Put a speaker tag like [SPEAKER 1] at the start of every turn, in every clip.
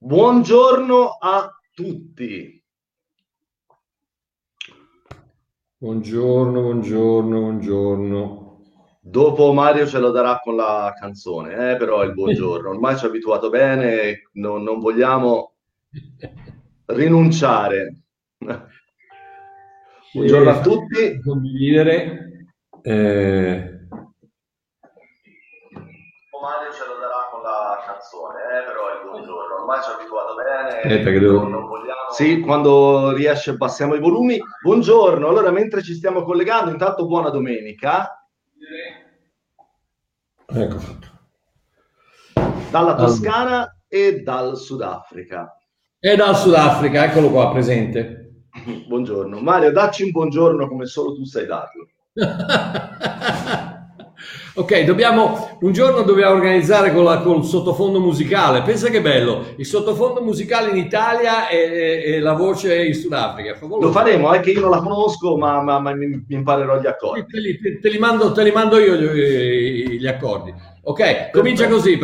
[SPEAKER 1] Buongiorno a tutti.
[SPEAKER 2] Buongiorno, buongiorno, buongiorno.
[SPEAKER 1] Dopo Mario ce lo darà con la canzone, però il buongiorno. Ormai ci ha abituato bene, non vogliamo rinunciare. Buongiorno a tutti.
[SPEAKER 2] Condividere.
[SPEAKER 1] Mario ce lo darà con la canzone, però il buongiorno. Ormai ci ha abituato bene,
[SPEAKER 2] Aspetta che devo...
[SPEAKER 1] non vogliamo... Sì, quando riesce abbassiamo i volumi. Buongiorno, allora mentre ci stiamo collegando, intanto buona domenica.
[SPEAKER 2] Ecco fatto.
[SPEAKER 1] Dalla
[SPEAKER 2] Allora.
[SPEAKER 1] Toscana e dal Sudafrica.
[SPEAKER 2] E dal Sudafrica, eccolo qua, presente.
[SPEAKER 1] Buongiorno. Mario, dacci un buongiorno come solo tu sai darlo.
[SPEAKER 2] Ok, un giorno dobbiamo organizzare col sottofondo musicale. Pensa che bello, il sottofondo musicale in Italia e la voce in Sudafrica.
[SPEAKER 1] Lo faremo, è che io non la conosco, ma mi imparerò gli accordi.
[SPEAKER 2] Te li mando io gli accordi. Ok, comincia così.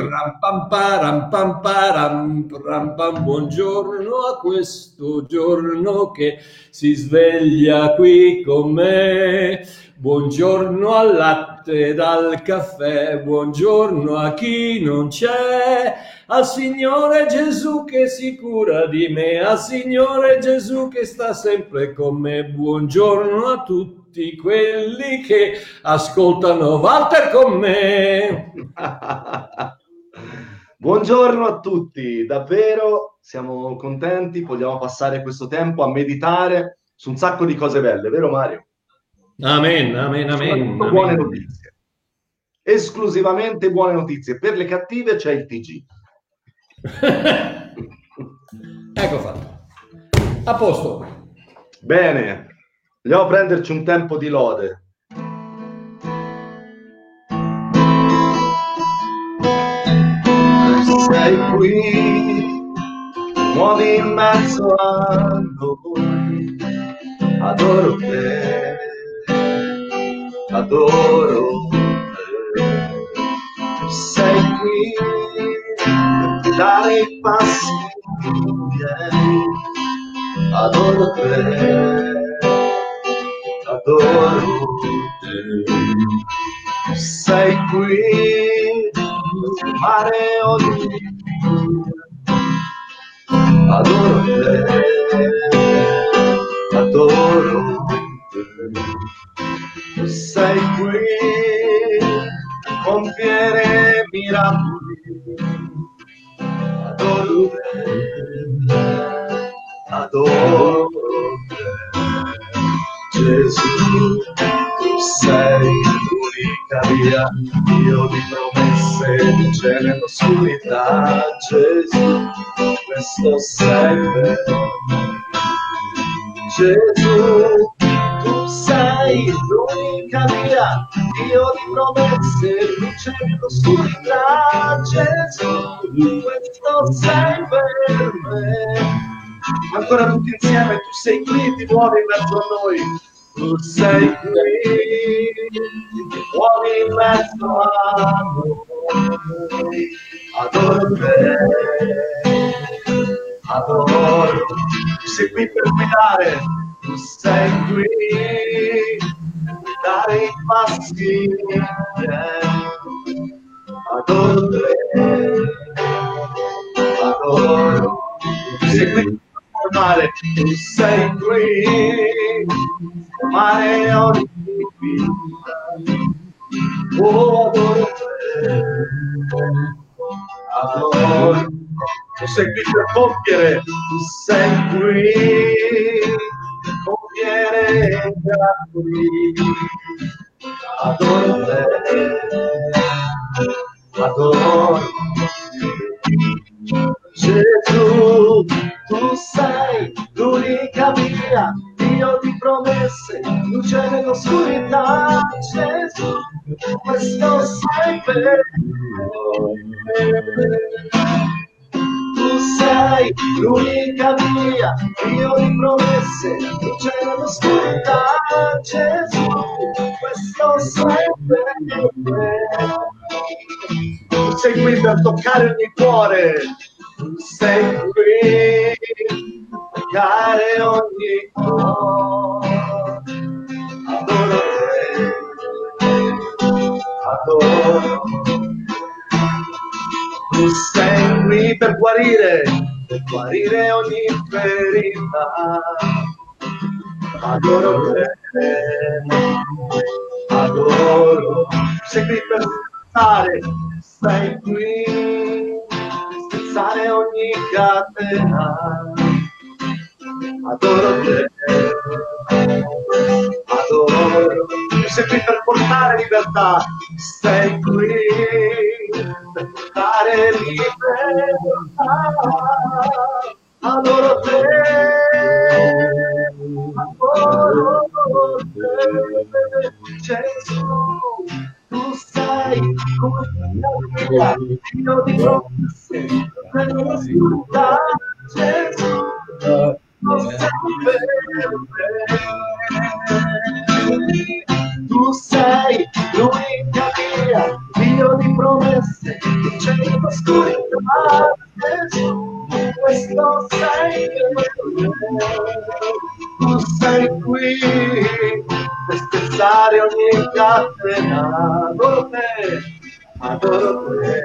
[SPEAKER 2] Buongiorno a questo giorno che si sveglia qui con me. Buongiorno al latte dal caffè, buongiorno a chi non c'è, al Signore Gesù che si cura di me, al Signore Gesù che sta sempre con me. Buongiorno a tutti quelli che ascoltano Walter con me.
[SPEAKER 1] Buongiorno a tutti, davvero siamo contenti, vogliamo passare questo tempo a meditare su un sacco di cose belle, vero Mario?
[SPEAKER 2] Amen, amen, amen.
[SPEAKER 1] Buone notizie. Esclusivamente buone notizie. Per le cattive c'è il TG.
[SPEAKER 2] Ecco fatto. A posto.
[SPEAKER 1] Bene, andiamo a prenderci un tempo di lode. Sei qui, muovi in mezzo a noi, adoro te, adoro te. Sei qui, dare i passi miei, adoro te, adoro te. Sei qui, mare ogni adoro te, adoro te. Sei qui, compiere miracoli, adoro te, adoro te. Gesù, tu sei l'unica via, Dio di promesse, luce nell'oscurità. Gesù, questo sei vero. Gesù, tu sei l'unica via, Dio di promesse, luce nell'oscurità. Gesù, questo sei per me. Ancora tutti insieme, tu sei qui, ti muovi in mezzo a noi. Tu sei qui, ti muovi in mezzo a noi. Adoro te, adoro. Tu sei qui per guidare, tu sei qui, dare i passi miei. Adoro te, adoro. Tu sei qui mare, tu sei qui, mare ogni vita. Oh, adoro te, adoro. Tu sei qui per compiere, tu sei qui, compiere miracoli. Adoro te, adoro. Gesù, tu sei l'unica via, Dio di promesse, luce nell'oscurità. Gesù, questo sei per me. Tu sei l'unica via, Dio di promesse, luce nell'oscurità. Gesù, questo sei per me. Tu sei qui per toccare ogni cuore. tu sei qui, toccare ogni cuore, adoro te, adoro. Tu sei qui per guarire ogni ferita, adoro te, adoro. Sei qui per spezzare, sei qui per spezzare ogni catena, adoro te, adoro. Sei qui per portare libertà, sei qui per portare libertà, adoro te, adoro te, Gesù, tu sei come la via, Dio di promesse, nell'oscurità, Gesù, tu sei per me. Tu sei l'unica via, Dio di promesse, non c'è l'oscurità, Gesù, questo sei per me. Tu sei qui per spezzare ogni catena, adoro te, adoro te,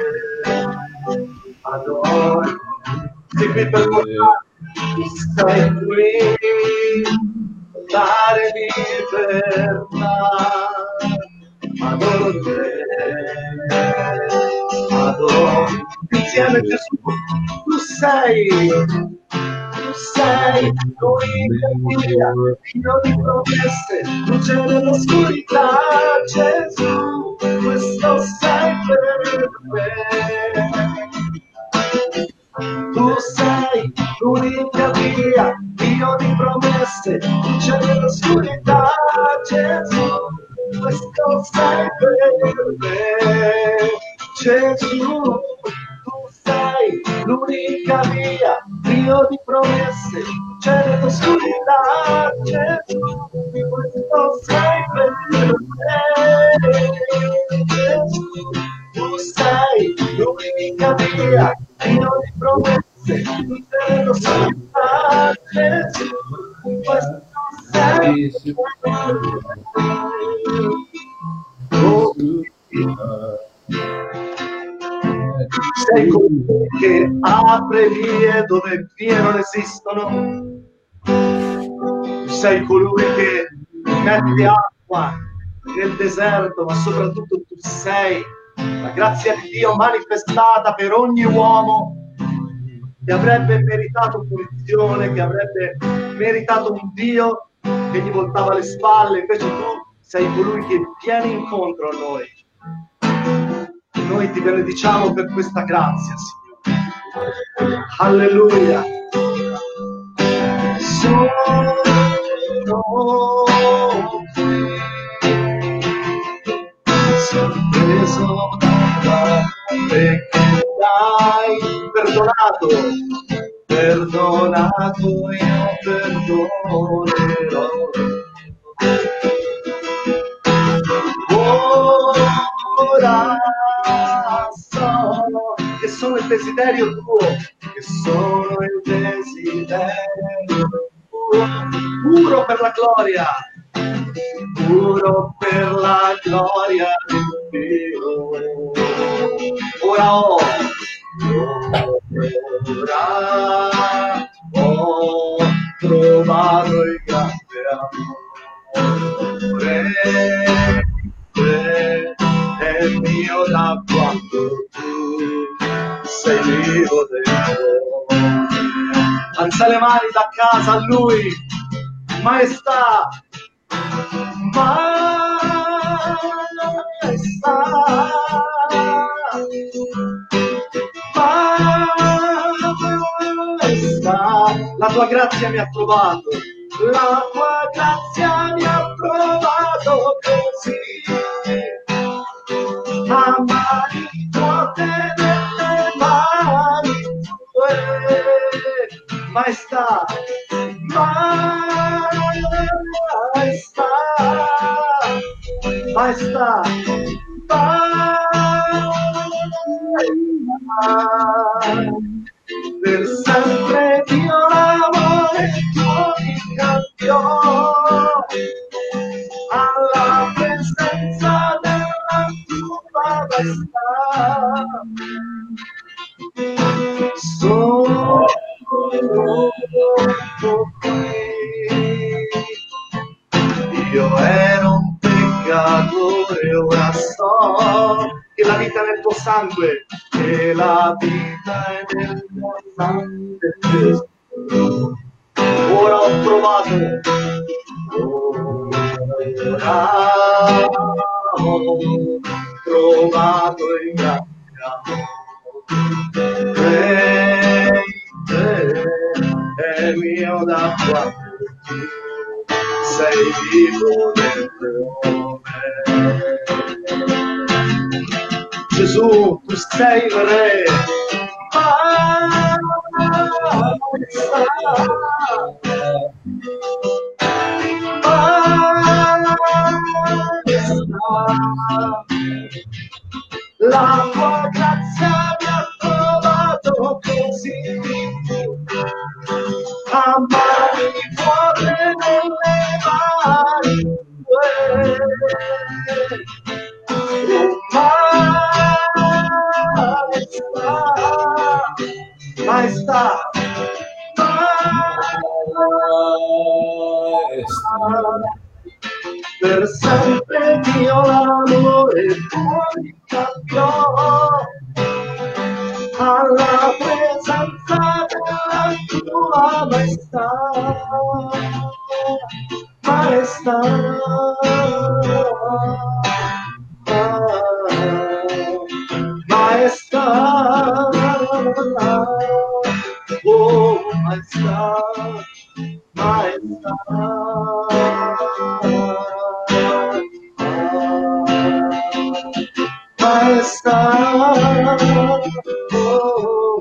[SPEAKER 1] adoro. Sei qui per portare, tu sei qui dare libertà, adoro te, adoro. Insieme Gesù, tu sei l'unica via, Dio di promesse, luce nell'oscurità, Gesù, questo sei per me. Tu sei l'unica via, Dio di promesse, luce nell'oscurità, Gesù, questo sei per me. Gesù, tu sei l'unica via, Dio di promesse, luce nell'oscurità, Gesù, questo sei per me. Gesù, tu sei l'unica via, Dio di promesse, luce nell'oscurità, Gesù, questo sei per me. Sei colui che apre vie dove vie non esistono. Sei colui che mette acqua nel deserto, ma soprattutto tu sei la grazia di Dio manifestata per ogni uomo che avrebbe meritato punizione, che avrebbe meritato un Dio che gli voltava le spalle. Invece tu sei colui che viene incontro a noi. Noi ti benediciamo per questa grazia, Signore. Alleluia. Sono qui, sorpreso perché hai perdonato, io perdonerò. Ora so che sono il desiderio tuo, che sono il desiderio tuo, puro per la gloria di Dio. Ora ho trovato il grande amore. È mio da quando tu sei vivo dentro. Alza le mani da casa a lui, maestà, la tua grazia mi ha trovato, la tua grazia mi ha trovato così. A mani vuote nelle mani tue, maestà, maestà, maestà. per sempre Dio l'amore tuo mi cambiò, alla presenza della tua maestà. Sono qui, io ero un peccatore, ora so che la vita è nel tuo sangue, che la vita è nel tuo sangue, Gesù. Ora ho trovato, ora ho trovato il grande amore, è mio da quando sei vivo dentro me. Gesù, tu sei il re, la tua grazia mi ha trovato così, a mani vuote nelle mani tue. Maestà, per sempre Dio l'amore tuo mi cambiò, alla presenza della tua maestà, maestà, maestà, oh maestà, maestà, maestà, oh.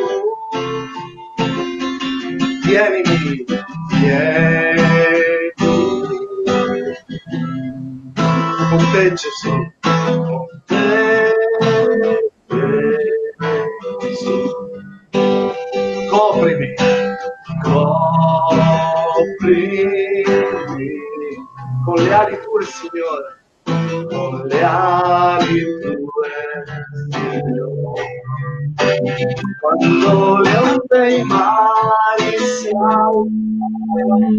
[SPEAKER 1] Tienimi, tieni con te Gesù, con te Gesù. Coprimi, coprimi con le ali tue, Signore, con le ali tue, Signore. Quando le onde dei mari si alzano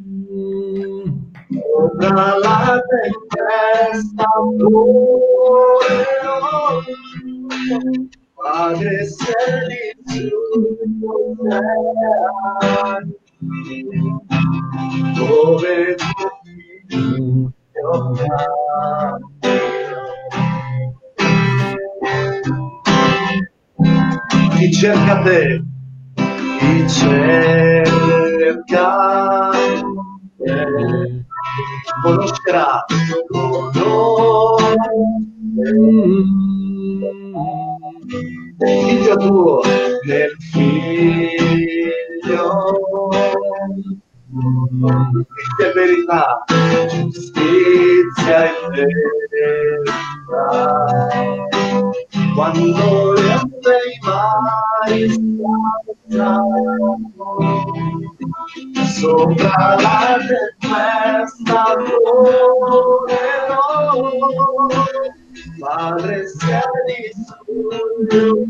[SPEAKER 1] sopra la tempesta volerò, Padre siedi sul terra, dove tu chi cerca te, chi cerca te, conoscerà, figlio tuo nel figlio, giustizia e verità, giustizia e verità. Quando le onde dei mari si alzano sopra la tempesta volerò, Padre siedi sul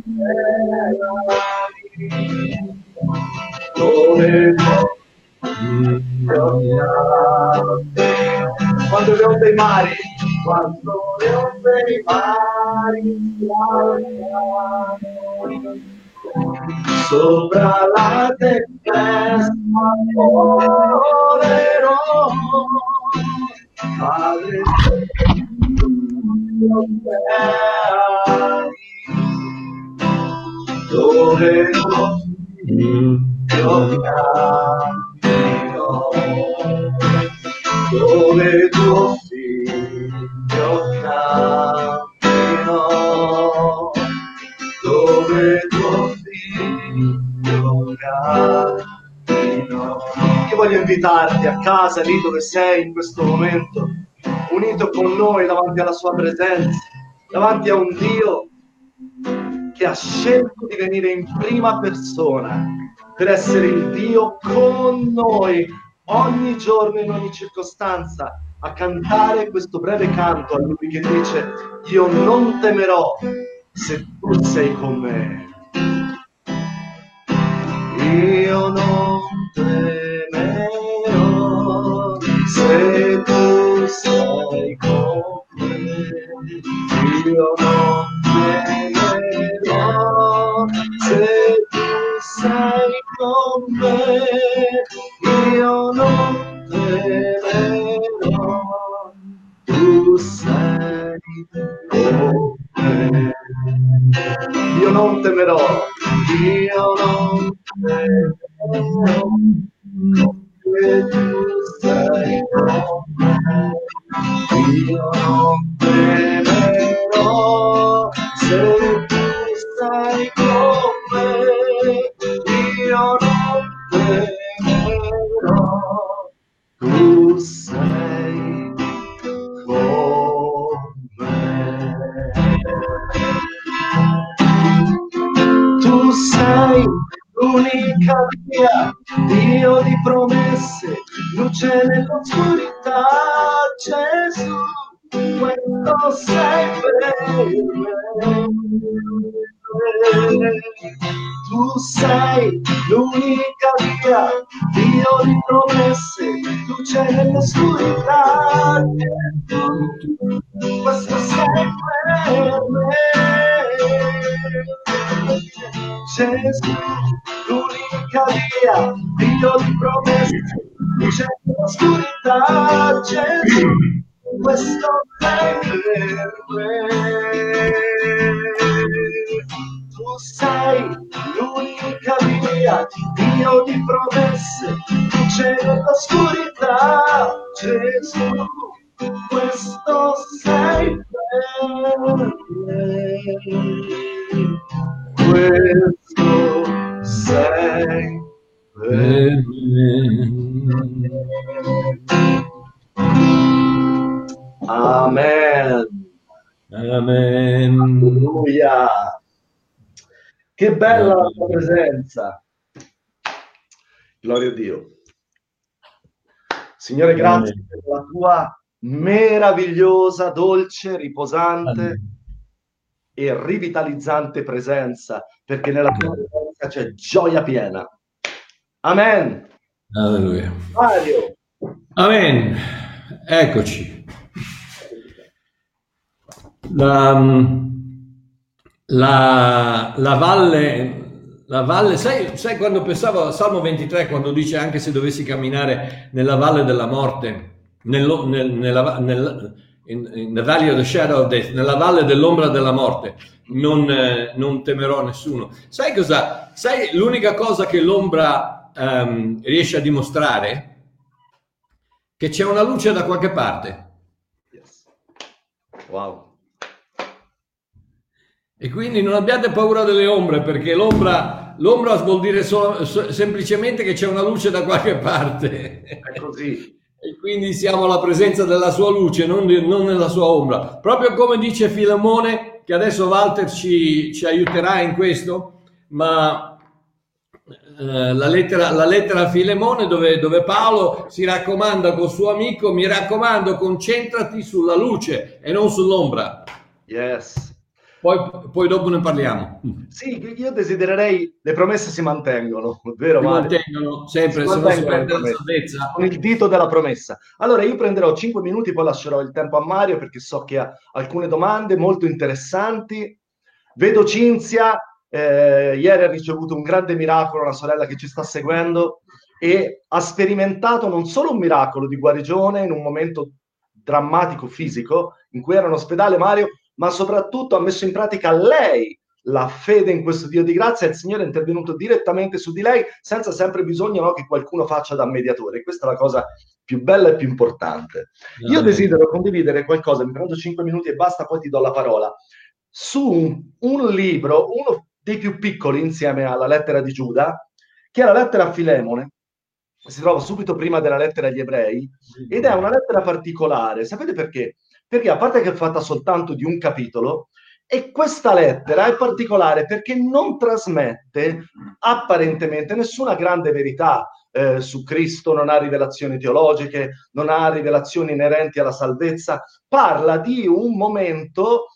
[SPEAKER 1] cielo, dove quando le onde dei mari, quando le onde dei mari si alzano sopra la tempesta volerò, Padre dove io cammino, dove tuo figlio cammino, dove tuo figlio cammino. Io voglio invitarti a casa, lì dove sei in questo momento, unito con noi davanti alla sua presenza, davanti a un Dio che ha scelto di venire in prima persona per essere il Dio con noi ogni giorno, in ogni circostanza, a cantare questo breve canto a Lui che dice: io non temerò se tu sei con me. Io non temerò se tu sei con me. Io non temerò se tu sei con me. Io non temerò, tu sei con me. Io non temerò, io non temerò, che tu sei con me. Io non temerò, se tu sei con me. Io non temerò, tu sei con me. Tu sei l'unica via, Dio di promesse, luce nell'oscurità, Gesù, questo sei per me. Tu sei l'unica via, Dio di promesse, luce nell'oscurità, Gesù, questo sei per me. Gesù, l'unica via, Dio di promesse, luce nell'oscurità, Gesù, questo sei per me. Tu sei l'unica via, Dio di promesse, luce nell'oscurità, Gesù, questo sei per me. Questo sei per me. Amen.
[SPEAKER 2] Amen.
[SPEAKER 1] Alleluia. Che bella la tua presenza. Gloria a Dio. Signore, grazie per la tua meravigliosa, dolce, riposante e rivitalizzante presenza, perché nella tua presenza c'è gioia piena. Amen.
[SPEAKER 2] Alleluia.
[SPEAKER 1] Mario.
[SPEAKER 2] Amen. Eccoci. La valle, sai quando pensavo al Salmo 23, quando dice anche se dovessi camminare nella valle della morte, in the valley of the shadow of death, nella valle dell'ombra della morte, non temerò nessuno. Sai cosa? Sai l'unica cosa che l'ombra riesce a dimostrare? Che c'è una luce da qualche parte.
[SPEAKER 1] Yes. Wow.
[SPEAKER 2] E quindi non abbiate paura delle ombre, perché l'ombra vuol dire semplicemente che c'è una luce da qualche parte.
[SPEAKER 1] È così.
[SPEAKER 2] E quindi siamo alla presenza della sua luce, non nella sua ombra. Proprio come dice Filemone, che adesso Walter ci aiuterà in questo, ma la lettera a Filemone dove Paolo si raccomanda col suo amico: mi raccomando, concentrati sulla luce e non sull'ombra.
[SPEAKER 1] Yes.
[SPEAKER 2] Poi dopo ne parliamo.
[SPEAKER 1] Sì, io desidererei le promesse si mantengono, vero?
[SPEAKER 2] Si mantengono sempre, se no si perde la salvezza.
[SPEAKER 1] Con il dito della promessa. Allora io prenderò 5 minuti, poi lascerò il tempo a Mario perché so che ha alcune domande molto interessanti. Vedo Cinzia, ieri ha ricevuto un grande miracolo, una sorella che ci sta seguendo, e ha sperimentato non solo un miracolo di guarigione in un momento drammatico fisico in cui era in ospedale, Mario, ma soprattutto ha messo in pratica lei la fede in questo Dio di grazia, e il Signore è intervenuto direttamente su di lei senza sempre bisogno, no, che qualcuno faccia da mediatore. Questa è la cosa più bella e più importante. Io desidero condividere qualcosa, mi prendo 5 minuti e basta, poi ti do la parola, su un libro, uno dei più piccoli insieme alla lettera di Giuda, che è la lettera a Filemone. Si trova subito prima della lettera agli Ebrei, ed è una lettera particolare. Sapete perché? Perché a parte che è fatta soltanto di un capitolo, E questa lettera è particolare perché non trasmette apparentemente nessuna grande verità su Cristo, non ha rivelazioni teologiche, non ha rivelazioni inerenti alla salvezza, parla di un momento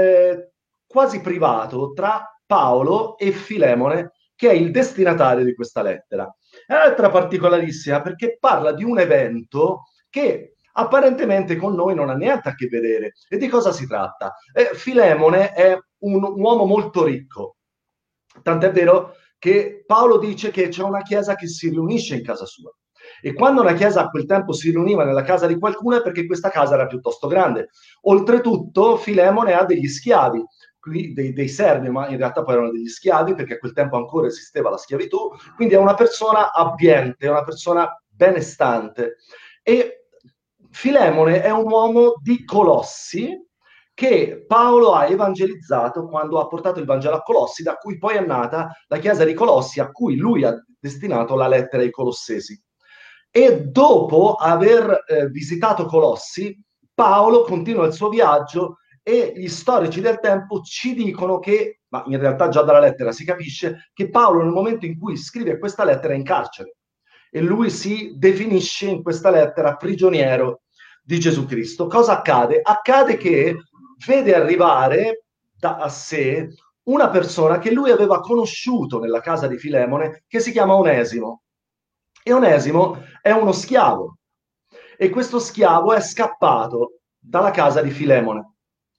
[SPEAKER 1] quasi privato tra Paolo e Filemone, che è il destinatario di questa lettera. È una lettera particolarissima perché parla di un evento che apparentemente con noi non ha niente a che vedere. E di cosa si tratta? Filemone è un uomo molto ricco, tant'è vero che Paolo dice che c'è una chiesa che si riunisce in casa sua. E quando una chiesa a quel tempo si riuniva nella casa di qualcuno è perché questa casa era piuttosto grande. Oltretutto, Filemone ha degli schiavi, dei servi, ma in realtà poi erano degli schiavi perché a quel tempo ancora esisteva la schiavitù, quindi è una persona abbiente, è una persona benestante. E Filemone è un uomo di Colossi che Paolo ha evangelizzato quando ha portato il Vangelo a Colossi, da cui poi è nata la chiesa di Colossi, a cui lui ha destinato la lettera ai Colossesi. E dopo aver visitato Colossi, Paolo continua il suo viaggio e gli storici del tempo ci dicono che, ma in realtà già dalla lettera si capisce, che Paolo nel momento in cui scrive questa lettera è in carcere e lui si definisce in questa lettera prigioniero di Gesù Cristo. Cosa accade? Accade che vede arrivare a sé una persona che lui aveva conosciuto nella casa di Filemone, che si chiama Onesimo. E Onesimo è uno schiavo, e questo schiavo è scappato dalla casa di Filemone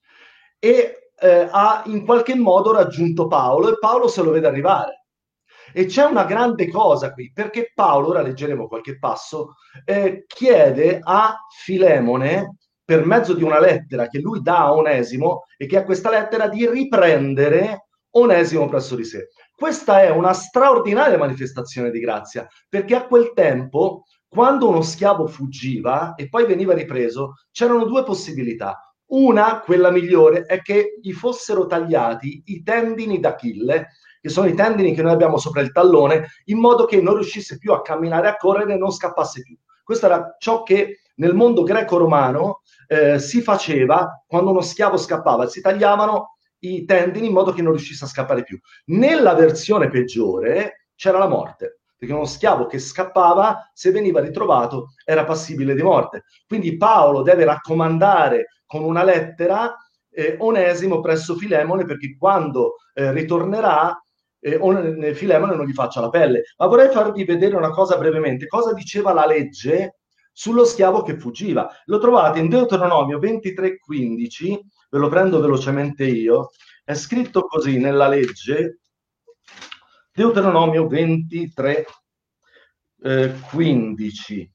[SPEAKER 1] e ha in qualche modo raggiunto Paolo, e Paolo se lo vede arrivare. E c'è una grande cosa qui, perché Paolo, ora leggeremo qualche passo, chiede a Filemone, per mezzo di una lettera che lui dà a Onesimo, e che è questa lettera di riprendere Onesimo presso di sé. Questa è una straordinaria manifestazione di grazia, perché a quel tempo, quando uno schiavo fuggiva e poi veniva ripreso, c'erano due possibilità. Una, quella migliore, è che gli fossero tagliati i tendini d'Achille, che sono i tendini che noi abbiamo sopra il tallone, in modo che non riuscisse più a camminare, a correre e non scappasse più. Questo era ciò che nel mondo greco-romano si faceva quando uno schiavo scappava, si tagliavano i tendini in modo che non riuscisse a scappare più. Nella versione peggiore c'era la morte, perché uno schiavo che scappava, se veniva ritrovato, era passibile di morte. Quindi Paolo deve raccomandare con una lettera Onesimo presso Filemone, perché quando ritornerà Filemone non gli faccia la pelle. Ma vorrei farvi vedere una cosa brevemente. Cosa diceva la legge sullo schiavo che fuggiva? Lo trovate in Deuteronomio 23:15, ve lo prendo velocemente io. È scritto così nella legge, Deuteronomio 23:15.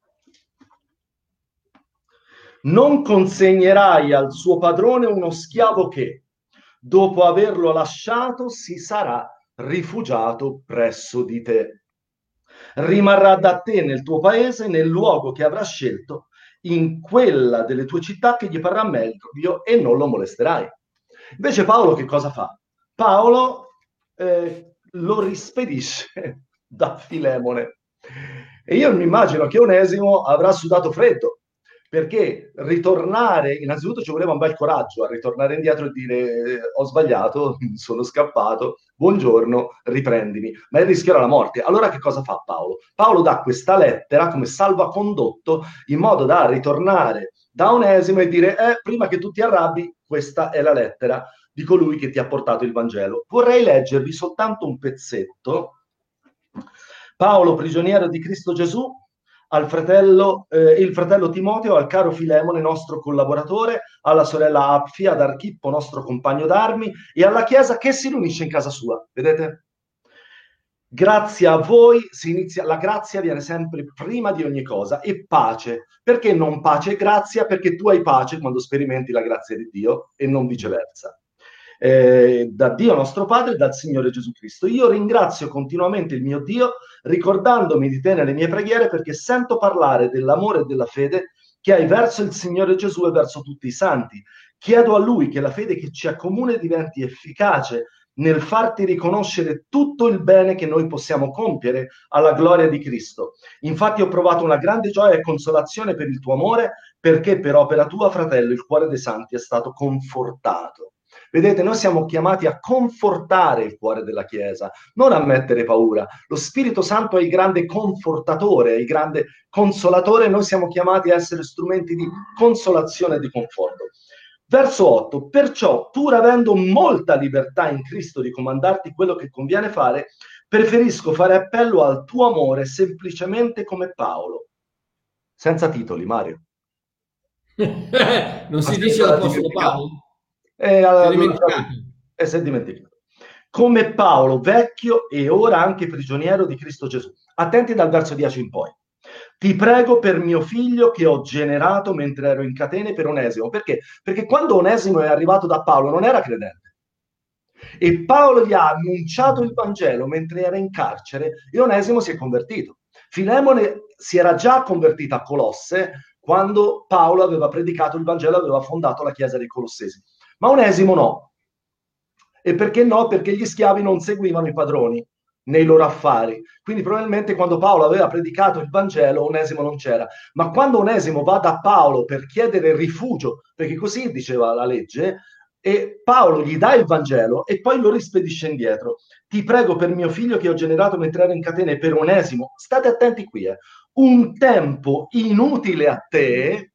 [SPEAKER 1] Non consegnerai al suo padrone uno schiavo che, dopo averlo lasciato, si sarà rifugiato presso di te. Rimarrà da te nel tuo paese, nel luogo che avrà scelto, in quella delle tue città che gli parrà meglio, e non lo molesterai. Invece Paolo che cosa fa? Paolo lo rispedisce da Filemone. E io mi immagino che Onesimo avrà sudato freddo, perché ritornare, innanzitutto ci voleva un bel coraggio a ritornare indietro e dire ho sbagliato, sono scappato, buongiorno, riprendimi, ma il rischio era la morte. Allora che cosa fa Paolo? Paolo dà questa lettera come salvacondotto in modo da ritornare da Onesimo e dire prima che tu ti arrabbi, questa è la lettera di colui che ti ha portato il Vangelo. Vorrei leggervi soltanto un pezzetto. Paolo, prigioniero di Cristo Gesù, al fratello, il fratello Timoteo, al caro Filemone, nostro collaboratore, alla sorella Apfia, ad Archippo, nostro compagno d'armi, e alla Chiesa che si riunisce in casa sua. Vedete? Grazie a voi si inizia, la grazia viene sempre prima di ogni cosa, e pace. Perché non pace e grazia? Perché tu hai pace quando sperimenti la grazia di Dio e non viceversa. Da Dio nostro Padre e dal Signore Gesù Cristo. Io ringrazio continuamente il mio Dio, ricordandomi di te nelle mie preghiere, perché sento parlare dell'amore e della fede che hai verso il Signore Gesù e verso tutti i santi. Chiedo a Lui che la fede che ci accomuna diventi efficace nel farti riconoscere tutto il bene che noi possiamo compiere alla gloria di Cristo. Infatti ho provato una grande gioia e consolazione per il tuo amore, perché per opera tua, fratello, il cuore dei santi è stato confortato. Vedete, noi siamo chiamati a confortare il cuore della Chiesa, non a mettere paura. Lo Spirito Santo è il grande confortatore, è il grande consolatore, e noi siamo chiamati a essere strumenti di consolazione e di conforto. Verso 8, perciò, pur avendo molta libertà in Cristo di comandarti quello che conviene fare, preferisco fare appello al tuo amore semplicemente come Paolo. Senza titoli, Mario.
[SPEAKER 2] Non
[SPEAKER 1] Ma
[SPEAKER 2] si
[SPEAKER 1] se
[SPEAKER 2] dice
[SPEAKER 1] l'ha
[SPEAKER 2] l'Apostolo
[SPEAKER 1] dimenticato?
[SPEAKER 2] Paolo? Si è
[SPEAKER 1] Allora,
[SPEAKER 2] dimenticato.
[SPEAKER 1] si è dimenticato. Come Paolo, vecchio e ora anche prigioniero di Cristo Gesù. Attenti dal verso 10 in poi. Ti prego per mio figlio che ho generato mentre ero in catene per Onesimo. Perché? Perché quando Onesimo è arrivato da Paolo non era credente. E Paolo gli ha annunciato il Vangelo mentre era in carcere e Onesimo si è convertito. Filemone si era già convertita a Colosse quando Paolo aveva predicato il Vangelo, aveva fondato la chiesa dei Colossesi. Ma Onesimo no. E perché no? Perché gli schiavi non seguivano i padroni nei loro affari. Quindi probabilmente quando Paolo aveva predicato il Vangelo, Onesimo non c'era. Ma quando Onesimo va da Paolo per chiedere rifugio, perché così diceva la legge, e Paolo gli dà il Vangelo e poi lo rispedisce indietro. Ti prego per mio figlio che ho generato mentre ero in catene, per Onesimo. State attenti qui, un tempo inutile a te,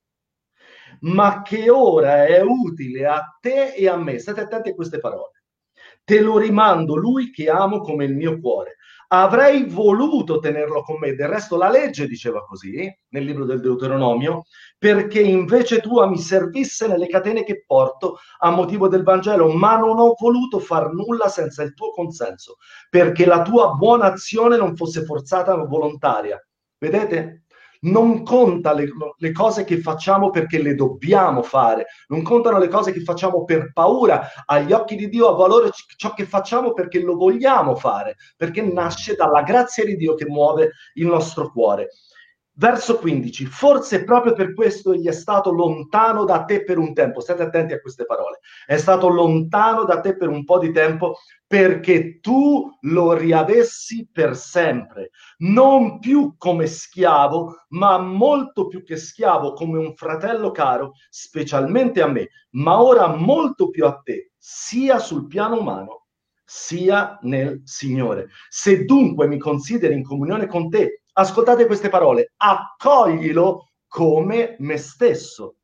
[SPEAKER 1] ma che ora è utile a te e a me. State attenti a queste parole. Te lo rimando, lui che amo come il mio cuore. Avrei voluto tenerlo con me, del resto la legge diceva così, nel libro del Deuteronomio, perché invece tua mi servisse nelle catene che porto a motivo del Vangelo, ma non ho voluto far nulla senza il tuo consenso, perché la tua buona azione non fosse forzata ma volontaria. Vedete? Non conta le cose che facciamo perché le dobbiamo fare, non contano le cose che facciamo per paura. Agli occhi di Dio ha valore ciò che facciamo perché lo vogliamo fare, perché nasce dalla grazia di Dio che muove il nostro cuore. Verso 15, forse proprio per questo egli è stato lontano da te per un tempo. State attenti a queste parole. È stato lontano da te per un po' di tempo perché tu lo riavessi per sempre, non più come schiavo, ma molto più che schiavo, come un fratello caro, specialmente a me, ma ora molto più a te, sia sul piano umano, sia nel Signore. Se dunque mi consideri in comunione con te, ascoltate queste parole, accoglilo come me stesso.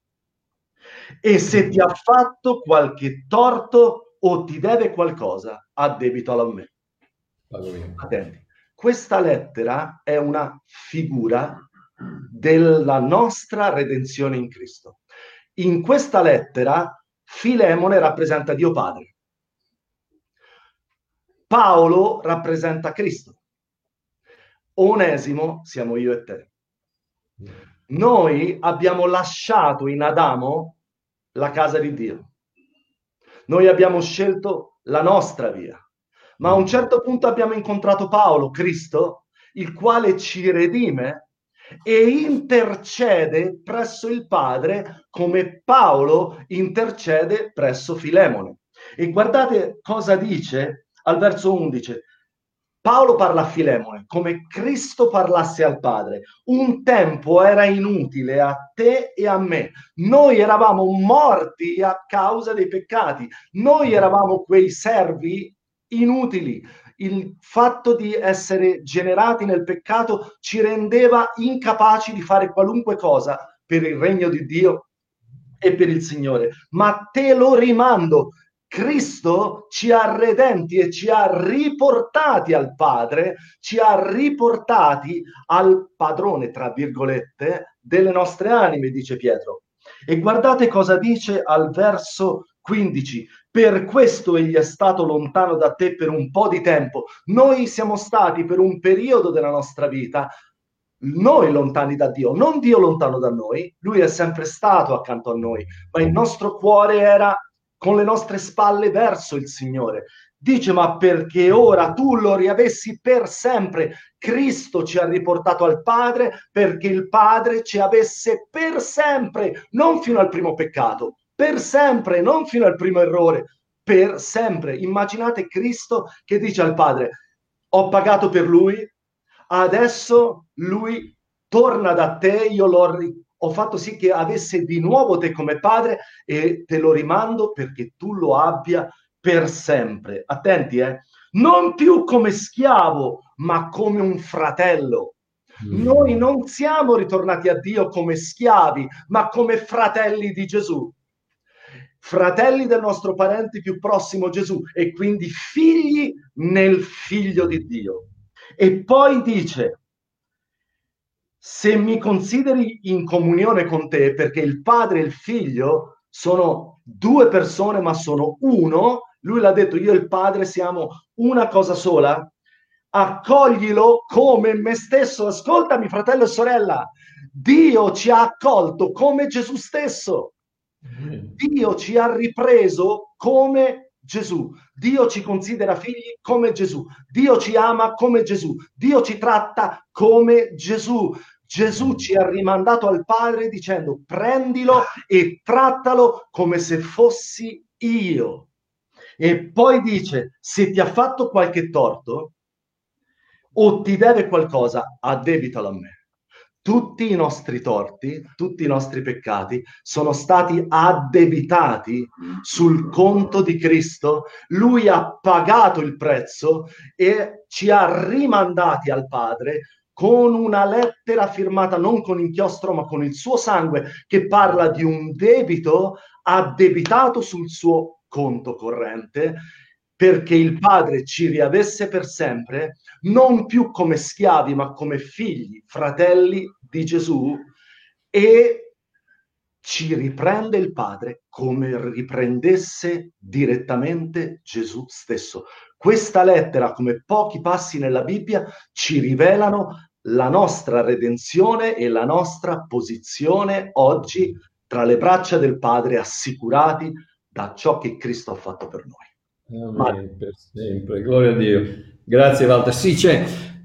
[SPEAKER 1] E se ti ha fatto qualche torto o ti deve qualcosa, addebitalo a me. Attenti. Questa lettera è una figura della nostra redenzione in Cristo. In questa lettera Filemone rappresenta Dio Padre. Paolo rappresenta Cristo. Onesimo siamo io e te. Noi abbiamo lasciato in Adamo la casa di Dio. Noi abbiamo scelto la nostra via. Ma a un certo punto abbiamo incontrato Paolo, Cristo, il quale ci redime e intercede presso il Padre come Paolo intercede presso Filemone. E guardate cosa dice al verso 11. Paolo parla a Filemone come Cristo parlasse al Padre. Un tempo era inutile a te e a me. Noi eravamo morti a causa dei peccati. Noi eravamo quei servi inutili. Il fatto di essere generati nel peccato ci rendeva incapaci di fare qualunque cosa per il regno di Dio e per il Signore. Ma te lo rimando. Cristo ci ha redenti e ci ha riportati al Padre, ci ha riportati al padrone, tra virgolette, delle nostre anime, dice Pietro. E guardate cosa dice al verso 15. Per questo egli è stato lontano da te per un po' di tempo. Noi siamo stati per un periodo della nostra vita noi lontani da Dio, non Dio lontano da noi, lui è sempre stato accanto a noi, ma il nostro cuore era con le nostre spalle verso il Signore. Dice, ma perché ora tu lo riavessi per sempre, Cristo ci ha riportato al Padre perché il Padre ci avesse per sempre, non fino al primo peccato, per sempre, non fino al primo errore, per sempre. Immaginate Cristo che dice al Padre, ho pagato per lui, adesso lui torna da te, io ho fatto sì che avesse di nuovo te come padre e te lo rimando perché tu lo abbia per sempre. Attenti, non più come schiavo, ma come un fratello. Noi non siamo ritornati a Dio come schiavi, ma come fratelli di Gesù. Fratelli del nostro parente più prossimo Gesù e quindi figli nel figlio di Dio. E poi dice, se mi consideri in comunione con te, perché il padre e il figlio sono due persone ma sono uno, lui l'ha detto, io e il padre siamo una cosa sola, accoglilo come me stesso. Ascoltami, fratello e sorella, Dio ci ha accolto come Gesù stesso. Dio ci ha ripreso come Gesù. Dio ci considera figli come Gesù. Dio ci ama come Gesù. Dio ci tratta come Gesù. Gesù ci ha rimandato al Padre dicendo prendilo e trattalo come se fossi io. E poi dice, se ti ha fatto qualche torto o ti deve qualcosa, addebitalo a me. Tutti i nostri torti, tutti i nostri peccati sono stati addebitati sul conto di Cristo. Lui ha pagato il prezzo e ci ha rimandati al Padre con una lettera firmata non con inchiostro ma con il suo sangue, che parla di un debito addebitato sul suo conto corrente, perché il Padre ci riavesse per sempre, non più come schiavi, ma come figli, fratelli di Gesù, e ci riprende il Padre come riprendesse direttamente Gesù stesso. Questa lettera, come pochi passi nella Bibbia, ci rivelano la nostra redenzione e la nostra posizione oggi tra le braccia del Padre, assicurati da ciò che Cristo ha fatto per noi.
[SPEAKER 2] Amen, per sempre, gloria a Dio. Grazie Walter. Sì, c'è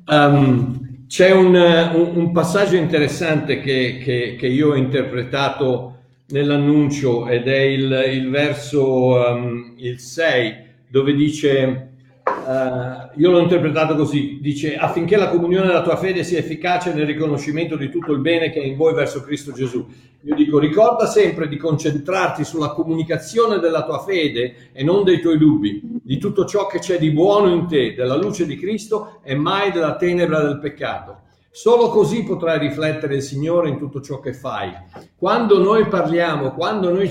[SPEAKER 2] un passaggio interessante che io ho interpretato nell'annuncio ed è il verso il 6, dove dice, io l'ho interpretato così, dice affinché la comunione della tua fede sia efficace nel riconoscimento di tutto il bene che è in voi verso Cristo Gesù. Io dico, ricorda sempre di concentrarti sulla comunicazione della tua fede e non dei tuoi dubbi, di tutto ciò che c'è di buono in te, della luce di Cristo e mai della tenebra del peccato. Solo così potrai riflettere il Signore in tutto ciò che fai. Quando noi parliamo, quando noi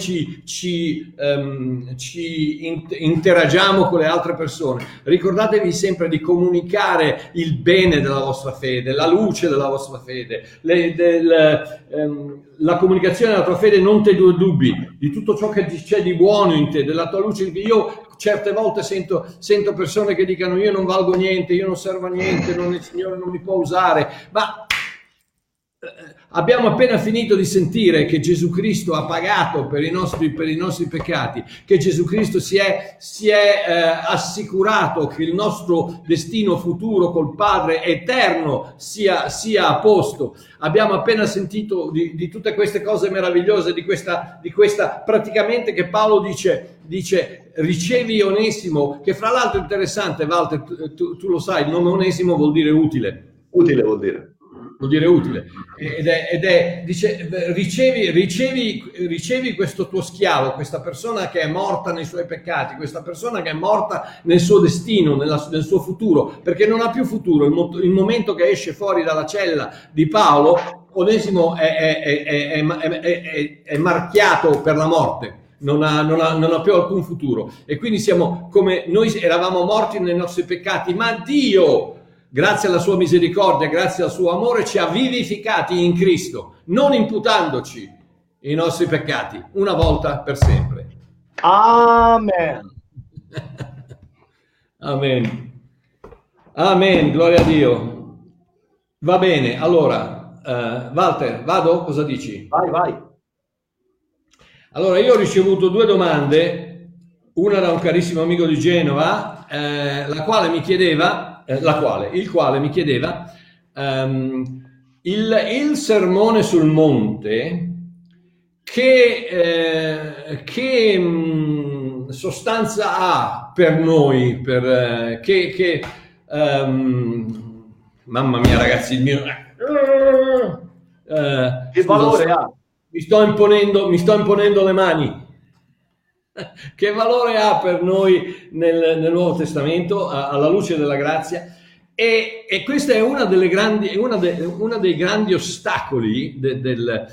[SPEAKER 2] interagiamo con le altre persone, ricordatevi sempre di comunicare il bene della vostra fede, la luce della vostra fede, la comunicazione della tua fede, non te due dubbi, di tutto ciò che c'è di buono in te, della tua luce. Io certe volte sento persone che dicono io non valgo niente, io non servo a niente, il Signore non mi può usare, ma abbiamo appena finito di sentire che Gesù Cristo ha pagato per i nostri peccati, che Gesù Cristo si è assicurato che il nostro destino futuro col Padre eterno sia a posto. Abbiamo appena sentito di tutte queste cose meravigliose, di questa praticamente, che Paolo dice ricevi Onesimo, che fra l'altro è interessante, Walter, tu lo sai, il nome Onesimo vuol dire utile.
[SPEAKER 1] Utile vuol dire
[SPEAKER 2] utile, dice ricevi questo tuo schiavo, questa persona che è morta nei suoi peccati, questa persona che è morta nel suo destino, nel suo futuro, perché non ha più futuro. Il momento che esce fuori dalla cella di Paolo, Onesimo è marchiato per la morte. Non ha più alcun futuro, e quindi siamo come noi eravamo morti nei nostri peccati, ma Dio, grazie alla sua misericordia, grazie al suo amore, ci ha vivificati in Cristo, non imputandoci i nostri peccati, una volta per sempre.
[SPEAKER 1] Amen.
[SPEAKER 2] Amen. Amen, gloria a Dio. Va bene, allora, Walter, vado? Cosa dici?
[SPEAKER 1] Vai.
[SPEAKER 2] Allora, io ho ricevuto 2 domande, una da un carissimo amico di Genova, il quale mi chiedeva il sermone sul monte che sostanza ha per noi, mamma mia ragazzi, il mio
[SPEAKER 1] che valore ha?
[SPEAKER 2] mi sto imponendo le mani. Che valore ha per noi nel Nuovo Testamento alla luce della grazia? E questo è uno dei grandi ostacoli del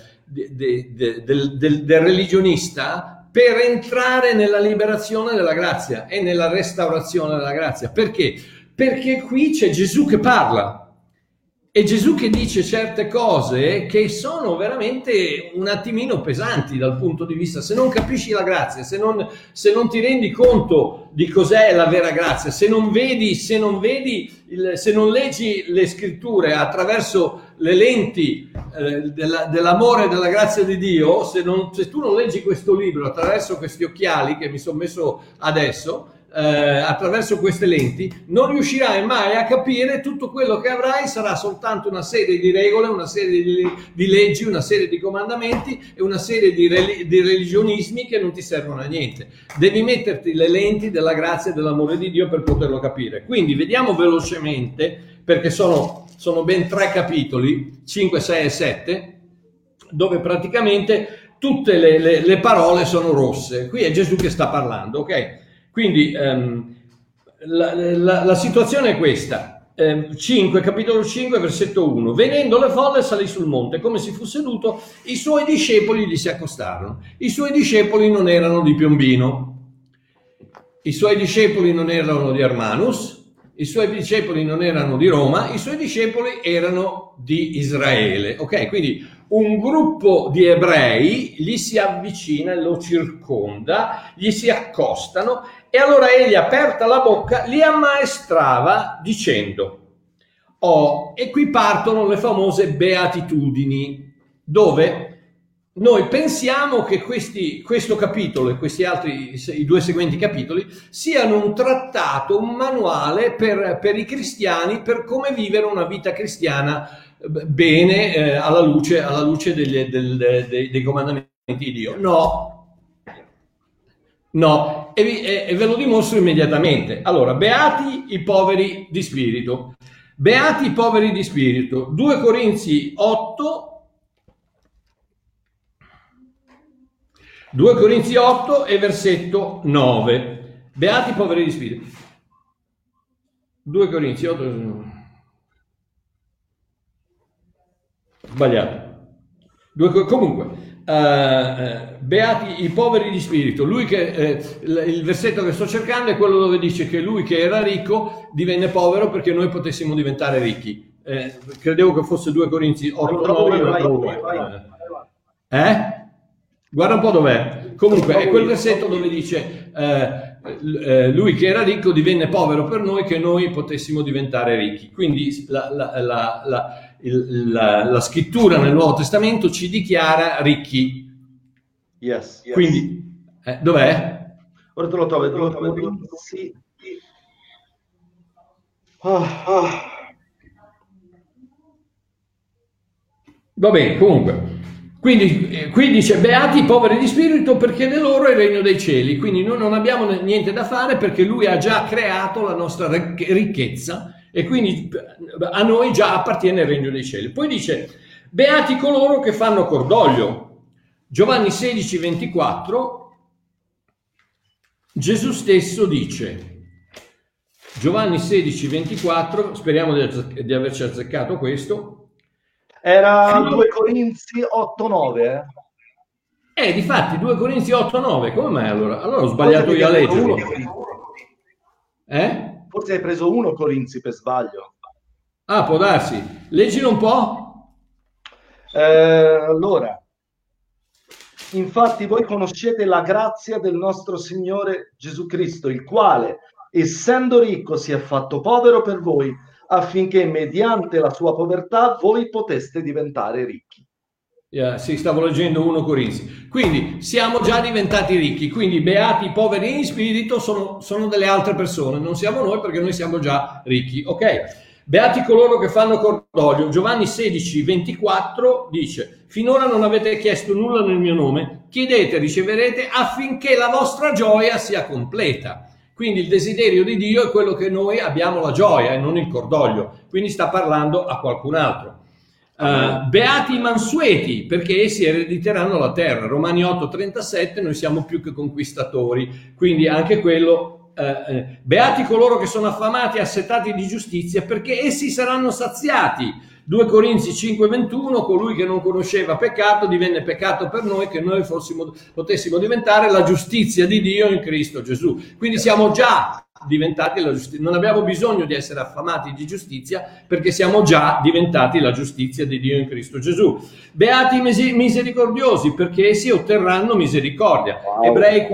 [SPEAKER 2] religionista per entrare nella liberazione della grazia e nella restaurazione della grazia. Perché? Perché qui c'è Gesù che parla. E Gesù che dice certe cose che sono veramente un attimino pesanti dal punto di vista, se non capisci la grazia, se non ti rendi conto di cos'è la vera grazia, se non leggi le scritture attraverso le lenti dell'amore e della grazia di Dio, se tu non leggi questo libro attraverso questi occhiali che mi sono messo adesso, attraverso queste lenti, non riuscirai mai a capire. Tutto quello che avrai sarà soltanto una serie di regole, una serie di leggi, una serie di comandamenti e una serie di religionismi che non ti servono a niente. Devi metterti le lenti della grazia e dell'amore di Dio per poterlo capire. Quindi vediamo velocemente, perché sono ben 3 capitoli, 5, 6 e 7, dove praticamente tutte le parole sono rosse. Qui è Gesù che sta parlando, ok? Quindi la situazione è questa. Capitolo 5, versetto 1. Venendo le folle salì sul monte, come si fu seduto, i suoi discepoli gli si accostarono. I suoi discepoli non erano di Piombino, i suoi discepoli non erano di Armanus, i suoi discepoli non erano di Roma, i suoi discepoli erano di Israele. Ok, quindi un gruppo di ebrei gli si avvicina, lo circonda, gli si accostano e allora egli, aperta la bocca, li ammaestrava dicendo. E qui partono le famose beatitudini, dove noi pensiamo che questo capitolo e questi altri, i 2 seguenti capitoli, siano un trattato, un manuale per i cristiani, per come vivere una vita cristiana bene, alla luce dei comandamenti di Dio. No, e ve lo dimostro immediatamente. Allora, beati i poveri di spirito. Beati i poveri di spirito. 2 Corinzi 8 e versetto 9. Beati i poveri di spirito. 2 Corinzi 8. Sbagliato. Comunque, beati i poveri di spirito. Il versetto che sto cercando è quello dove dice che lui che era ricco divenne povero perché noi potessimo diventare ricchi. Credevo che fosse 2 Corinzi 8:9. Guarda un po' dov'è. Comunque è quel versetto dove dice lui che era ricco divenne povero per noi che noi potessimo diventare ricchi. Quindi la scrittura nel Nuovo Testamento ci dichiara ricchi.
[SPEAKER 1] Yes.
[SPEAKER 2] Quindi dov'è?
[SPEAKER 1] Ora te lo trovo. Sì.
[SPEAKER 2] Va bene, comunque. Quindi qui dice beati i poveri di spirito perché di loro è il regno dei cieli. Quindi noi non abbiamo niente da fare perché lui ha già creato la nostra ricchezza e quindi a noi già appartiene il regno dei cieli. Poi dice beati coloro che fanno cordoglio. Giovanni 16:24, Gesù stesso dice, Giovanni 16:24, speriamo di averci azzeccato questo.
[SPEAKER 1] Era 2 Corinzi 8:9.
[SPEAKER 2] Difatti 2 Corinzi 8:9. Come mai allora? Allora ho sbagliato io a leggerlo.
[SPEAKER 1] Forse hai preso 1 Corinzi per sbaglio.
[SPEAKER 2] Ah, può darsi. Leggilo un po'.
[SPEAKER 1] Allora, infatti voi conoscete la grazia del nostro Signore Gesù Cristo, il quale, essendo ricco, si è fatto povero per voi, affinché mediante la sua povertà voi poteste diventare ricchi.
[SPEAKER 2] Sì, stavo leggendo 1 Corinzi. Quindi siamo già diventati ricchi, quindi beati i poveri in spirito sono delle altre persone, non siamo noi perché noi siamo già ricchi. Ok, beati coloro che fanno cordoglio. Giovanni 16:24 dice: finora non avete chiesto nulla nel mio nome, chiedete, riceverete affinché la vostra gioia sia completa. Quindi il desiderio di Dio è quello che noi abbiamo la gioia e non il cordoglio, quindi sta parlando a qualcun altro. Beati i mansueti, perché essi erediteranno la terra. Romani 8:37, noi siamo più che conquistatori, quindi anche quello. Beati coloro che sono affamati e assetati di giustizia, perché essi saranno saziati. 2 Corinzi 5:21, colui che non conosceva peccato divenne peccato per noi, che noi potessimo diventare la giustizia di Dio in Cristo Gesù. Quindi siamo già diventati la giustizia, non abbiamo bisogno di essere affamati di giustizia, perché siamo già diventati la giustizia di Dio in Cristo Gesù. Beati i misericordiosi, perché essi otterranno misericordia. Wow. Ebrei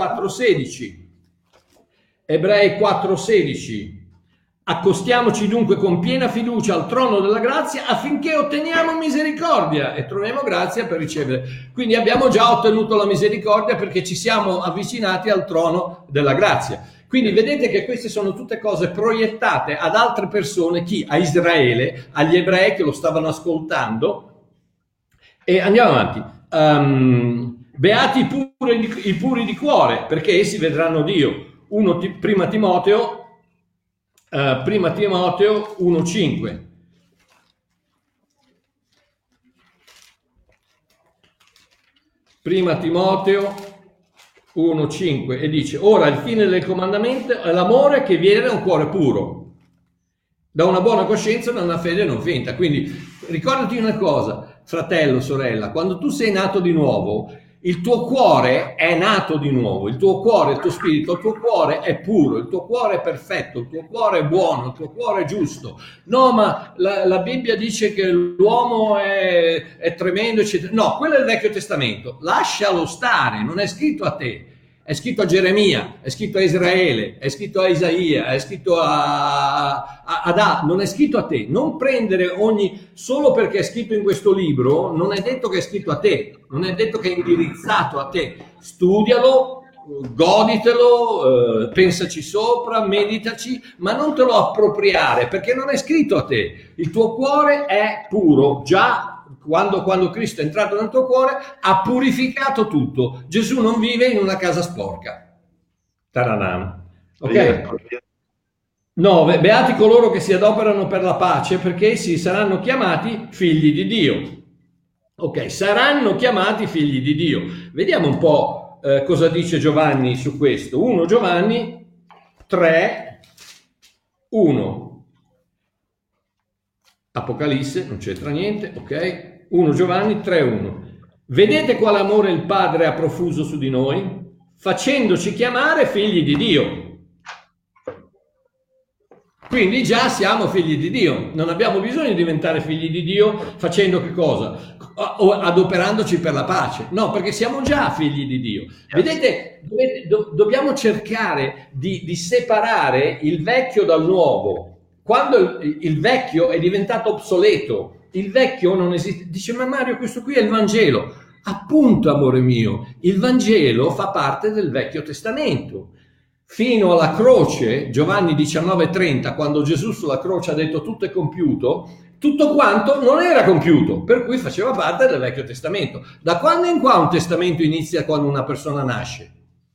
[SPEAKER 2] 4:16. Accostiamoci dunque con piena fiducia al trono della grazia affinché otteniamo misericordia e troviamo grazia per ricevere. Quindi abbiamo già ottenuto la misericordia perché ci siamo avvicinati al trono della grazia. Quindi vedete che queste sono tutte cose proiettate ad altre persone, chi? A Israele, agli ebrei che lo stavano ascoltando. E andiamo avanti. Beati i puri di cuore, perché essi vedranno Dio. Prima Timoteo 1:5. Prima Timoteo 1:5 e dice: ora il fine del comandamento è l'amore che viene da un cuore puro, da una buona coscienza e da una fede non finta. Quindi ricordati una cosa, fratello, sorella, quando tu sei nato di nuovo, il tuo cuore è nato di nuovo, il tuo cuore, il tuo spirito, il tuo cuore è puro, il tuo cuore è perfetto, il tuo cuore è buono, il tuo cuore è giusto. No, ma la Bibbia dice che l'uomo è tremendo, eccetera. No, quello è il Vecchio Testamento, lascialo stare, non è scritto a te. È scritto a Geremia, è scritto a Israele, è scritto a Isaia, è scritto non è scritto a te. Non prendere solo perché è scritto in questo libro, non è detto che è scritto a te, non è detto che è indirizzato a te. Studialo, goditelo, pensaci sopra, meditaci, ma non te lo appropriare perché non è scritto a te. Il tuo cuore è puro, già. Quando Cristo è entrato nel tuo cuore ha purificato tutto. Gesù non vive in una casa sporca. Taranam. Ok? 9. Beati coloro che si adoperano per la pace, perché essi saranno chiamati figli di Dio. Ok, saranno chiamati figli di Dio. Vediamo un po' cosa dice Giovanni su questo. 1 Giovanni 3:1. Apocalisse, non c'entra niente, ok? 1 Giovanni 3:1. Vedete quale amore il Padre ha profuso su di noi, facendoci chiamare figli di Dio. Quindi già siamo figli di Dio, non abbiamo bisogno di diventare figli di Dio facendo che cosa? O adoperandoci per la pace, no, perché siamo già figli di Dio. Vedete, dobbiamo cercare di separare il vecchio dal nuovo. Quando il vecchio è diventato obsoleto, il vecchio non esiste. Dice, ma Mario, questo qui è il Vangelo. Appunto, amore mio, il Vangelo fa parte del Vecchio Testamento. Fino alla croce, Giovanni 19:30, quando Gesù sulla croce ha detto tutto è compiuto, tutto quanto non era compiuto, per cui faceva parte del Vecchio Testamento. Da quando in qua un testamento inizia quando una persona nasce?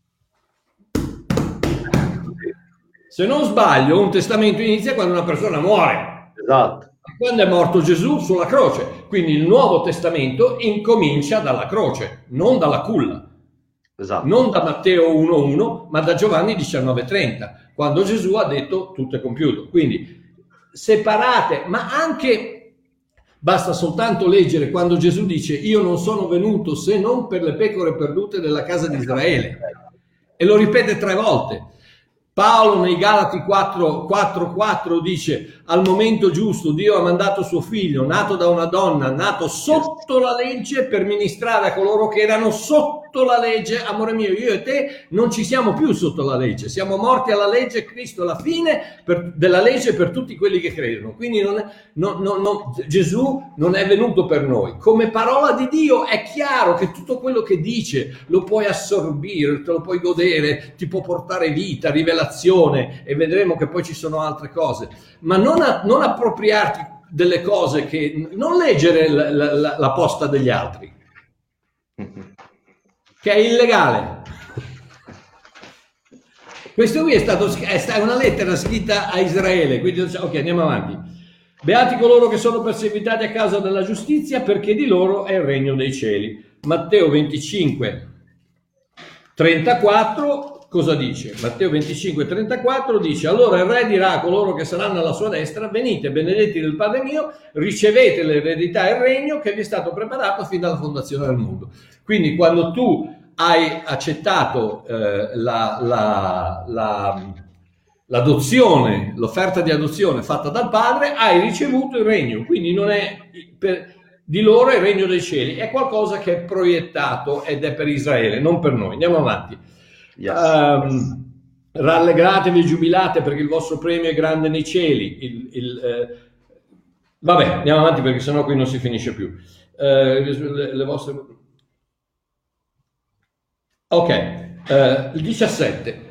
[SPEAKER 2] Se non sbaglio, un testamento inizia quando una persona muore.
[SPEAKER 1] Esatto.
[SPEAKER 2] Quando è morto Gesù sulla croce. Quindi il Nuovo Testamento incomincia dalla croce, non dalla culla.
[SPEAKER 1] Esatto.
[SPEAKER 2] Non da Matteo 1:1, ma da Giovanni 19:30, quando Gesù ha detto tutto è compiuto. Quindi separate, ma anche basta soltanto leggere quando Gesù dice io non sono venuto se non per le pecore perdute della casa di Israele. E lo ripete 3 volte. Paolo nei Galati 4:4 dice al momento giusto Dio ha mandato suo figlio nato da una donna, nato sotto la legge per ministrare a coloro che erano sotto la legge. Amore mio, io e te non ci siamo più sotto la legge, siamo morti alla legge, Cristo è la fine della legge per tutti quelli che credono. Quindi Gesù non è venuto per noi. Come parola di Dio è chiaro che tutto quello che dice lo puoi assorbire, te lo puoi godere, ti può portare vita, rivelazione, e vedremo che poi ci sono altre cose, ma non appropriarti delle cose che non leggere la posta degli altri, che è illegale. Questo qui è una lettera scritta a Israele, quindi ok, andiamo avanti. Beati coloro che sono perseguitati a causa della giustizia, perché di loro è il regno dei cieli. Matteo 25, 34, cosa dice? Matteo 25, 34 dice: allora il re dirà a coloro che saranno alla sua destra: venite, benedetti del Padre mio, ricevete l'eredità e il regno che vi è stato preparato fin dalla fondazione del mondo. Quindi quando tu hai accettato l'adozione, l'offerta di adozione fatta dal Padre, hai ricevuto il regno. Quindi non è di loro è il regno dei cieli, è qualcosa che è proiettato ed è per Israele, non per noi. Andiamo avanti. Yes. Rallegratevi e giubilate perché il vostro premio è grande nei cieli. Vabbè, andiamo avanti perché sennò qui non si finisce più. Le vostre... Ok, il 17.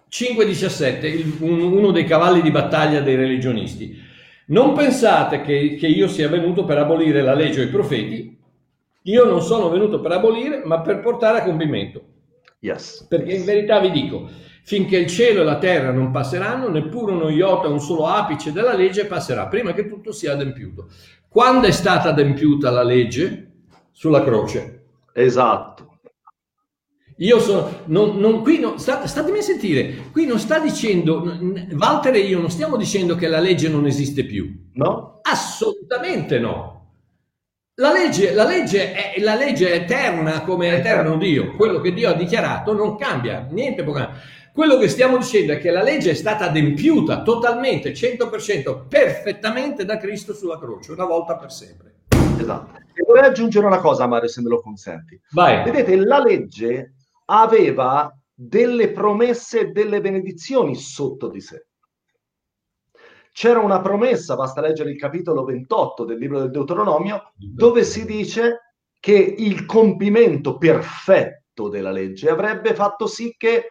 [SPEAKER 2] 5:17, uno dei cavalli di battaglia dei religionisti. Non pensate che io sia venuto per abolire la legge o i profeti. Io non sono venuto per abolire, ma per portare a compimento.
[SPEAKER 3] Yes.
[SPEAKER 2] Perché in verità vi dico, finché il cielo e la terra non passeranno, neppure uno iota, un solo apice della legge passerà, prima che tutto sia adempiuto. Quando è stata adempiuta la legge? Sulla croce.
[SPEAKER 3] Esatto.
[SPEAKER 2] Io sono, qui statemi a sentire, qui non sta dicendo, Walter e io non stiamo dicendo che la legge non esiste più.
[SPEAKER 3] No?
[SPEAKER 2] Assolutamente no. La legge è eterna come è eterno Dio. Quello che Dio ha dichiarato non cambia, niente può cambiare. Quello che stiamo dicendo è che la legge è stata adempiuta totalmente, 100%, perfettamente da Cristo sulla croce, una volta per sempre.
[SPEAKER 3] Esatto. E vorrei aggiungere una cosa, Mario, se me lo consenti.
[SPEAKER 2] Vai.
[SPEAKER 3] Vedete, la legge aveva delle promesse e delle benedizioni sotto di sé. C'era una promessa, basta leggere il capitolo 28 del libro del Deuteronomio, dove si dice che il compimento perfetto della legge avrebbe fatto sì che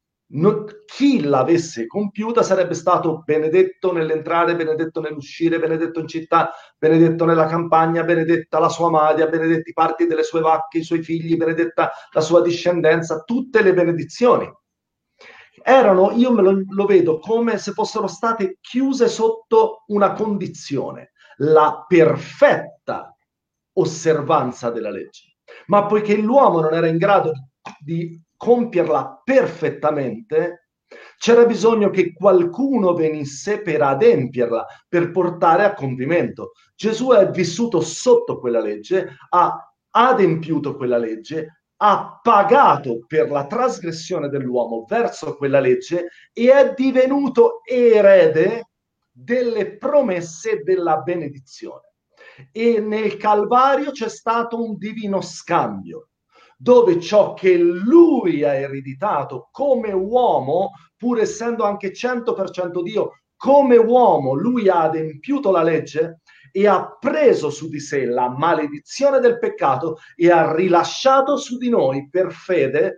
[SPEAKER 3] chi l'avesse compiuta sarebbe stato benedetto nell'entrare, benedetto nell'uscire, benedetto in città, benedetto nella campagna, benedetta la sua madre, benedetti parti delle sue vacche, i suoi figli, benedetta la sua discendenza, tutte le benedizioni. Io lo vedo come se fossero state chiuse sotto una condizione, la perfetta osservanza della legge. Ma poiché l'uomo non era in grado di compierla perfettamente, c'era bisogno che qualcuno venisse per adempierla, per portare a compimento. Gesù è vissuto sotto quella legge, ha adempiuto quella legge, ha pagato per la trasgressione dell'uomo verso quella legge e è divenuto erede delle promesse della benedizione. E nel Calvario c'è stato un divino scambio, dove ciò che lui ha ereditato come uomo, pur essendo anche 100% Dio, come uomo lui ha adempiuto la legge e ha preso su di sé la maledizione del peccato e ha rilasciato su di noi per fede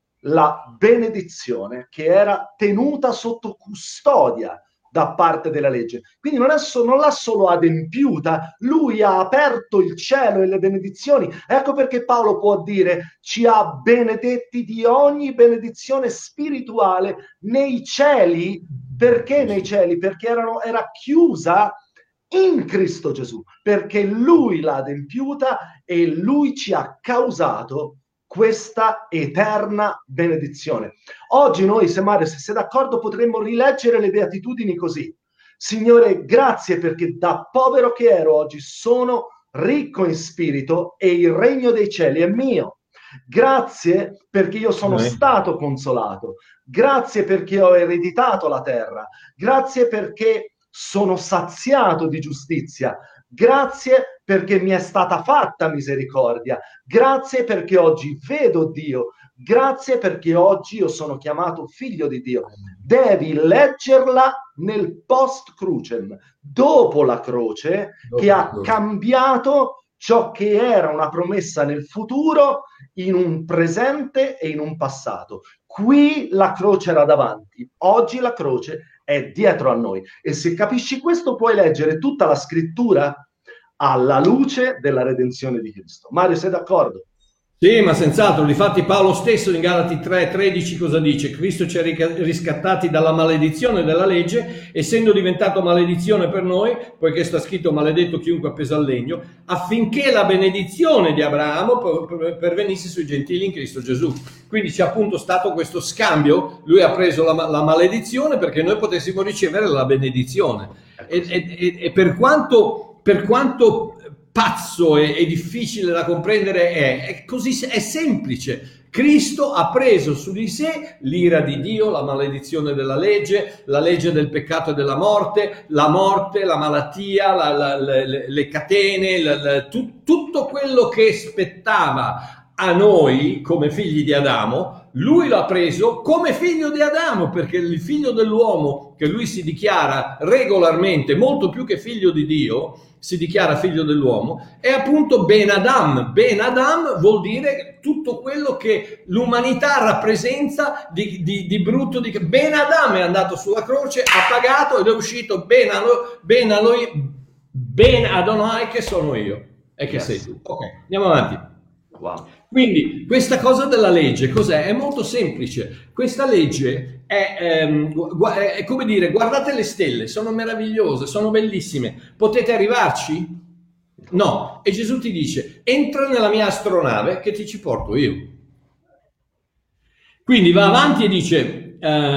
[SPEAKER 3] la benedizione che era tenuta sotto custodia da parte della legge. Quindi non l'ha solo adempiuta, lui ha aperto il cielo e le benedizioni. Ecco perché Paolo può dire: ci ha benedetti di ogni benedizione spirituale nei cieli. Perché nei cieli? Perché era chiusa in Cristo Gesù, perché lui l'ha adempiuta e lui ci ha causato questa eterna benedizione. Oggi noi, se Mario, se sei d'accordo, potremmo rileggere le beatitudini così: Signore, grazie perché da povero che ero oggi sono ricco in spirito e il regno dei cieli è mio. Grazie perché io sono stato consolato. Grazie perché ho ereditato la terra. Grazie perché sono saziato di giustizia. Grazie perché mi è stata fatta misericordia. Grazie perché oggi vedo Dio. Grazie perché oggi io sono chiamato figlio di Dio. Devi leggerla nel post crucem, dopo la croce, che ha cambiato ciò che era una promessa nel futuro in un presente e in un passato. Qui la croce era davanti, oggi la croce è dietro a noi. E se capisci questo puoi leggere tutta la scrittura alla luce della redenzione di Cristo. Mario, sei d'accordo?
[SPEAKER 2] Sì, ma senz'altro, difatti Paolo stesso in Galati 3:13 cosa dice? Cristo ci ha riscattati dalla maledizione della legge, essendo diventato maledizione per noi, poiché sta scritto maledetto chiunque appesa al legno, affinché la benedizione di Abramo pervenisse sui gentili in Cristo Gesù. Quindi c'è appunto stato questo scambio, lui ha preso la maledizione perché noi potessimo ricevere la benedizione. E per quanto pazzo e difficile da comprendere è così, è semplice. Cristo ha preso su di sé l'ira di Dio, la maledizione della legge, la legge del peccato e della morte, la malattia, le catene, tutto quello che spettava a noi come figli di Adamo. Lui l'ha preso come figlio di Adamo, perché il figlio dell'uomo, che lui si dichiara regolarmente, molto più che figlio di Dio, si dichiara figlio dell'uomo, è appunto Ben Adam. Ben Adam vuol dire tutto quello che l'umanità rappresenta di brutto. Ben Adam è andato sulla croce, ha pagato ed è uscito Ben Adonai, che sono io e che sei tu. Ok, andiamo avanti.
[SPEAKER 3] Wow.
[SPEAKER 2] Quindi questa cosa della legge cos'è? È molto semplice. Questa legge è come dire, guardate le stelle, sono meravigliose, sono bellissime. Potete arrivarci? No. E Gesù ti dice: entra nella mia astronave che ti ci porto io. Quindi va avanti e dice: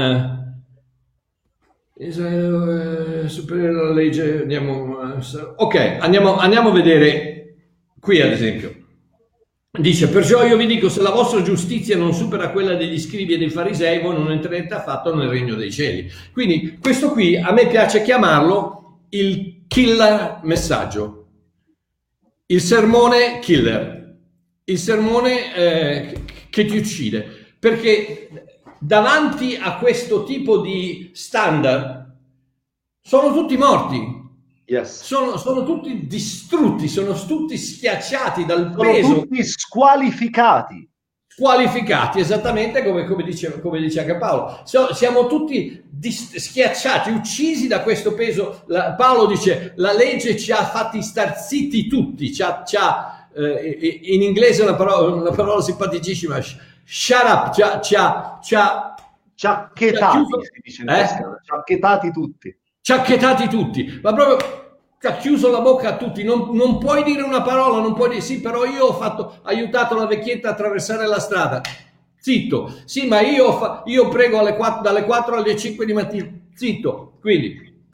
[SPEAKER 2] superiore alla legge, andiamo a vedere qui ad esempio. Dice: perciò io vi dico, se la vostra giustizia non supera quella degli scribi e dei farisei, voi non entrerete affatto nel regno dei cieli. Quindi questo qui a me piace chiamarlo il killer messaggio, il sermone killer, il sermone che ti uccide, perché davanti a questo tipo di standard sono tutti morti.
[SPEAKER 3] Yes.
[SPEAKER 2] Sono tutti distrutti, sono tutti schiacciati dal
[SPEAKER 3] sono
[SPEAKER 2] peso.
[SPEAKER 3] Sono tutti squalificati.
[SPEAKER 2] Squalificati, esattamente come dice anche Paolo. Siamo tutti schiacciati, uccisi da questo peso. Paolo dice: la legge ci ha fatti star zitti tutti. In inglese una parola simpaticissima, shut up,
[SPEAKER 3] ciacchetati, si dice in toscano, ciacchetati tutti.
[SPEAKER 2] Ciacchetati tutti, ma proprio ci ha chiuso la bocca a tutti. Non puoi dire una parola, non puoi dire sì, però io ho aiutato la vecchietta a attraversare la strada. Zitto. Sì, ma io prego dalle 4 alle 5 di mattina. Zitto. Quindi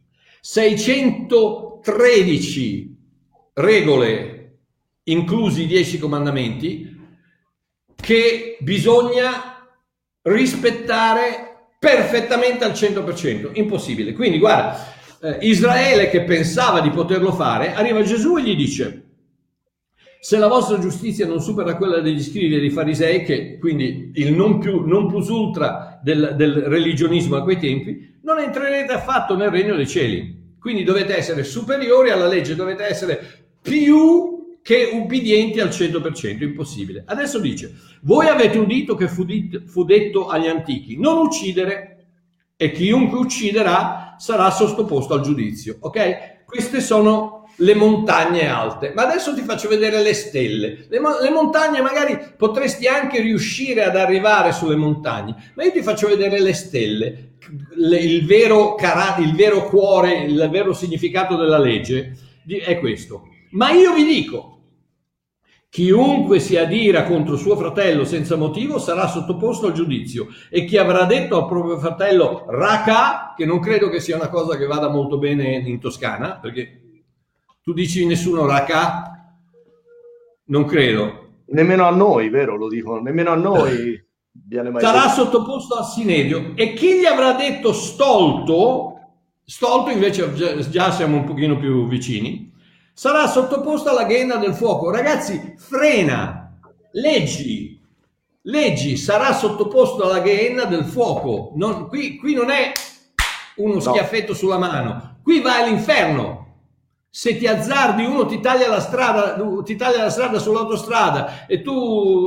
[SPEAKER 2] 613 regole, inclusi i 10 comandamenti, che bisogna rispettare perfettamente al 100%, impossibile. Quindi guarda, Israele che pensava di poterlo fare, arriva Gesù e gli dice: se la vostra giustizia non supera quella degli scribi e dei farisei, che quindi il non plus ultra del religionismo a quei tempi, non entrerete affatto nel regno dei cieli. Quindi dovete essere superiori alla legge, dovete essere più che ubbidienti al 100%, impossibile. Adesso dice: voi avete udito che fu detto agli antichi, non uccidere, e chiunque ucciderà sarà sottoposto al giudizio. Ok? Queste sono le montagne alte, ma adesso ti faccio vedere le stelle. Le montagne magari potresti anche riuscire ad arrivare sulle montagne, ma io ti faccio vedere le stelle, il vero cuore, il vero significato della legge è questo. Ma io vi dico: chiunque si adira contro suo fratello senza motivo sarà sottoposto al giudizio, e chi avrà detto al proprio fratello raca, che non credo che sia una cosa che vada molto bene in Toscana, perché tu dici nessuno raca, non credo.
[SPEAKER 3] Nemmeno a noi, vero? Lo dicono, nemmeno a noi viene mai
[SPEAKER 2] sarà
[SPEAKER 3] detto.
[SPEAKER 2] Sottoposto a sinedio, e chi gli avrà detto stolto invece già siamo un pochino più vicini, sarà sottoposto alla ghenna del fuoco. Ragazzi, frena, leggi, sarà sottoposto alla ghenna del fuoco. Qui non è uno schiaffetto sulla mano, qui vai all'inferno. Se ti azzardi, uno ti taglia la strada sull'autostrada e tu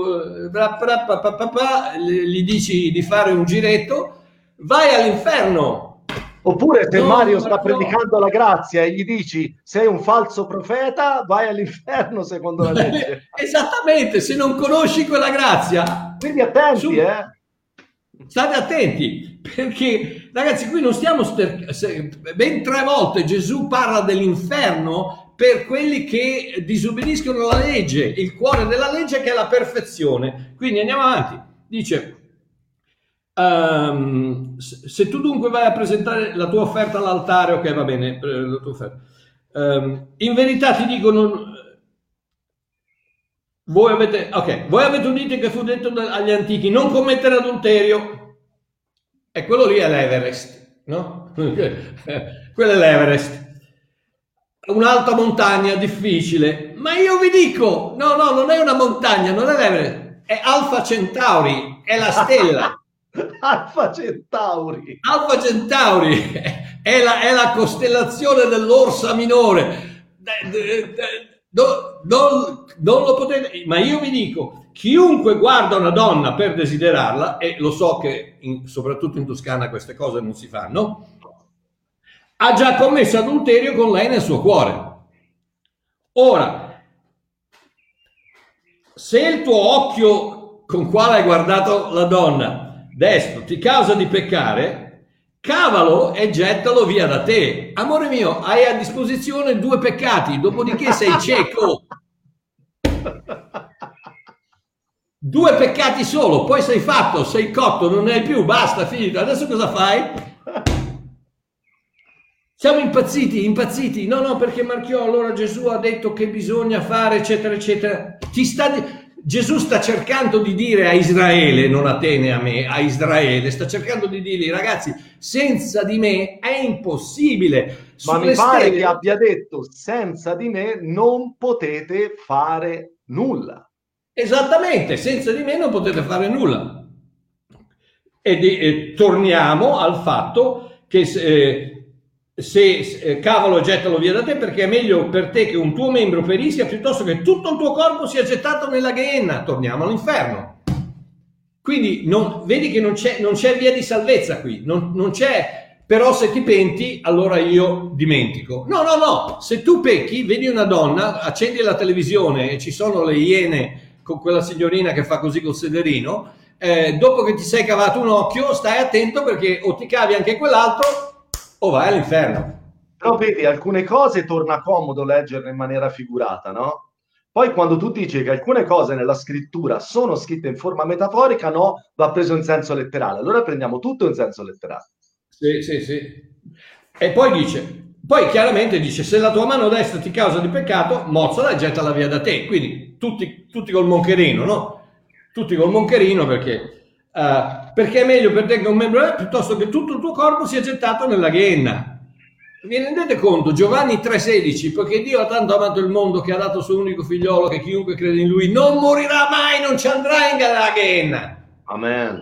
[SPEAKER 2] gli dici di fare un giretto, vai all'inferno.
[SPEAKER 3] Oppure se
[SPEAKER 2] No,
[SPEAKER 3] Mario
[SPEAKER 2] ma
[SPEAKER 3] sta
[SPEAKER 2] no.
[SPEAKER 3] predicando la grazia e gli dici sei un falso profeta, vai all'inferno secondo la legge.
[SPEAKER 2] Esattamente, se non conosci quella grazia,
[SPEAKER 3] Quindi attenti,
[SPEAKER 2] su, state attenti, perché ragazzi qui non stiamo ben 3 volte Gesù parla dell'inferno per quelli che disobbediscono alla legge, il cuore della legge che è la perfezione. Quindi andiamo avanti, dice se tu dunque vai a presentare la tua offerta all'altare, ok, va bene, la tua offerta. In verità ti dicono, voi avete udito che fu detto agli antichi, non commettere adulterio, e quello lì è l'Everest, no? Quello è l'Everest, un'alta montagna difficile, ma io vi dico, no, non è una montagna, non è l'Everest, è Alfa Centauri, è la stella.
[SPEAKER 3] Alfa Centauri.
[SPEAKER 2] Alfa Centauri è la costellazione dell'Orsa Minore. Non lo potete, ma io vi dico, chiunque guarda una donna per desiderarla, e lo so che soprattutto in Toscana queste cose non si fanno, ha già commesso adulterio con lei nel suo cuore. Ora, se il tuo occhio con quale hai guardato la donna destro ti causa di peccare, cavalo e gettalo via da te. Amore mio, hai a disposizione 2 peccati, dopodiché sei cieco. 2 peccati solo, poi sei fatto, sei cotto, non ne hai più, basta, finito. Adesso cosa fai? Siamo impazziti. No, perché Marchiò, allora Gesù ha detto che bisogna fare, eccetera, eccetera. Gesù sta cercando di dire a Israele, non a te né a me, a Israele, sta cercando di dirgli, ragazzi, senza di me è impossibile.
[SPEAKER 3] Ma mi pare che abbia detto, senza di me non potete fare nulla.
[SPEAKER 2] Esattamente, senza di me non potete fare nulla. E torniamo al fatto che cavolo gettalo via da te, perché è meglio per te che un tuo membro perisca piuttosto che tutto il tuo corpo sia gettato nella Gehenna. Torniamo all'inferno. Quindi vedi che non c'è via di salvezza qui, non c'è, però se ti penti allora io dimentico. No, se tu pecchi, vedi una donna, accendi la televisione e ci sono le iene con quella signorina che fa così col sederino, dopo che ti sei cavato un occhio stai attento, perché o ti cavi anche quell'altro o vai all'inferno.
[SPEAKER 3] Però vedi, alcune cose torna comodo leggerle in maniera figurata, no? Poi quando tu dici che alcune cose nella scrittura sono scritte in forma metaforica, no, va preso in senso letterale. Allora prendiamo tutto in senso letterale.
[SPEAKER 2] Sì. E poi chiaramente dice, se la tua mano destra ti causa di peccato, mozzala e gettala via da te. Quindi tutti col moncherino, no? Tutti col moncherino, perché è meglio per te che un membro piuttosto che tutto il tuo corpo sia gettato nella Gehenna. Vi rendete conto? Giovanni 3,16, poiché Dio ha tanto amato il mondo che ha dato il suo unico figliolo, che chiunque crede in lui non morirà mai, non ci andrà in Gehenna.
[SPEAKER 3] Amen.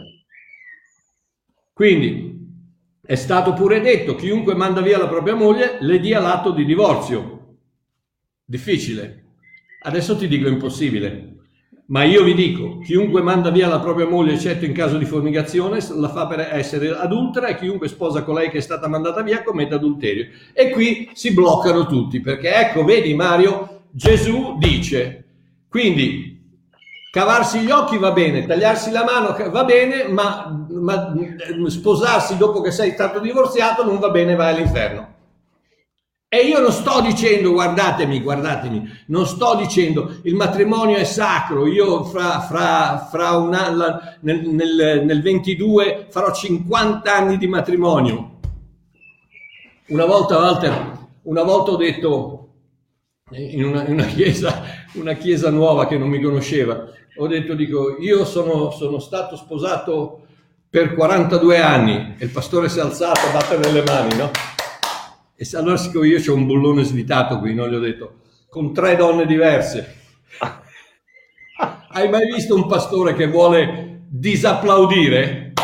[SPEAKER 2] Quindi è stato pure detto, chiunque manda via la propria moglie le dia l'atto di divorzio. Difficile. Adesso ti dico impossibile. Ma io vi dico, chiunque manda via la propria moglie, eccetto in caso di fornicazione, la fa per essere adultera, e chiunque sposa colei che è stata mandata via commette adulterio. E qui si bloccano tutti, perché ecco, vedi Mario, Gesù dice, quindi cavarsi gli occhi va bene, tagliarsi la mano va bene, ma sposarsi dopo che sei stato divorziato non va bene, vai all'inferno. E io non sto dicendo, guardatemi, non sto dicendo il matrimonio è sacro, io fra un anno, nel 22 farò 50 anni di matrimonio. Una volta, Walter, ho detto in una chiesa nuova che non mi conosceva, dico, io sono stato sposato per 42 anni, e il pastore si è alzato a battere le mani, no? E allora siccome io c'ho un bullone svitato qui, no? Gli ho detto, con 3 donne diverse. Hai mai visto un pastore che vuole disapplaudire?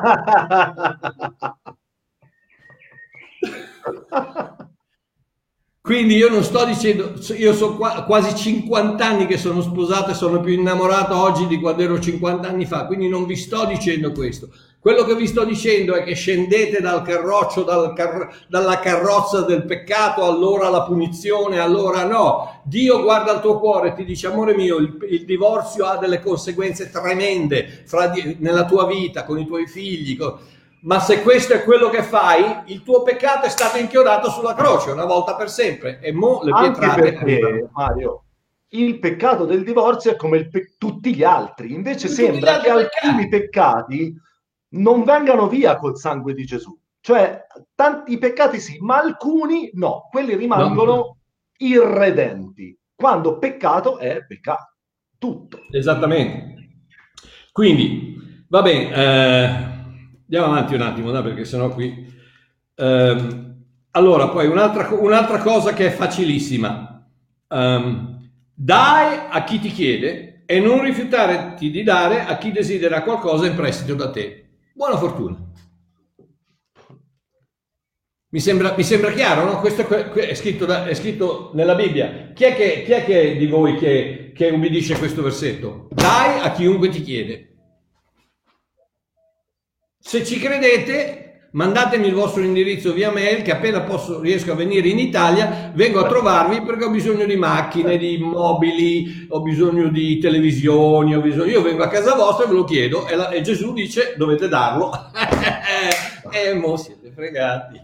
[SPEAKER 2] Quindi io non sto dicendo, io sono quasi 50 anni che sono sposato e sono più innamorato oggi di quando ero 50 anni fa, quindi non vi sto dicendo questo. Quello che vi sto dicendo è che scendete dal carroccio, dalla carrozza del peccato, allora la punizione, allora no. Dio guarda il tuo cuore e ti dice: amore mio, il divorzio ha delle conseguenze tremende nella tua vita, con i tuoi figli, ma se questo è quello che fai, il tuo peccato è stato inchiodato sulla croce una volta per sempre, e mo le pietrate.
[SPEAKER 3] Anche perché, Mario, il peccato del divorzio è come tutti gli altri, invece sembra che alcuni peccati non vengano via col sangue di Gesù, cioè tanti peccati sì, ma alcuni no, quelli rimangono irredenti, quando peccato è peccato, tutto.
[SPEAKER 2] Esattamente. Quindi, va bene, andiamo avanti un attimo, no? Perché sennò qui... allora, poi un'altra cosa che è facilissima. Dai a chi ti chiede e non rifiutarti di dare a chi desidera qualcosa in prestito da te. Buona fortuna. Mi sembra chiaro, no? Questo è scritto nella Bibbia. Chi è che di voi che ubbidisce questo versetto? Dai a chiunque ti chiede. Se ci credete, mandatemi il vostro indirizzo via mail, che appena riesco a venire in Italia vengo a trovarvi, perché ho bisogno di macchine, di mobili, ho bisogno di televisioni, io vengo a casa vostra e ve lo chiedo, e Gesù dice: dovete darlo. Mo siete fregati.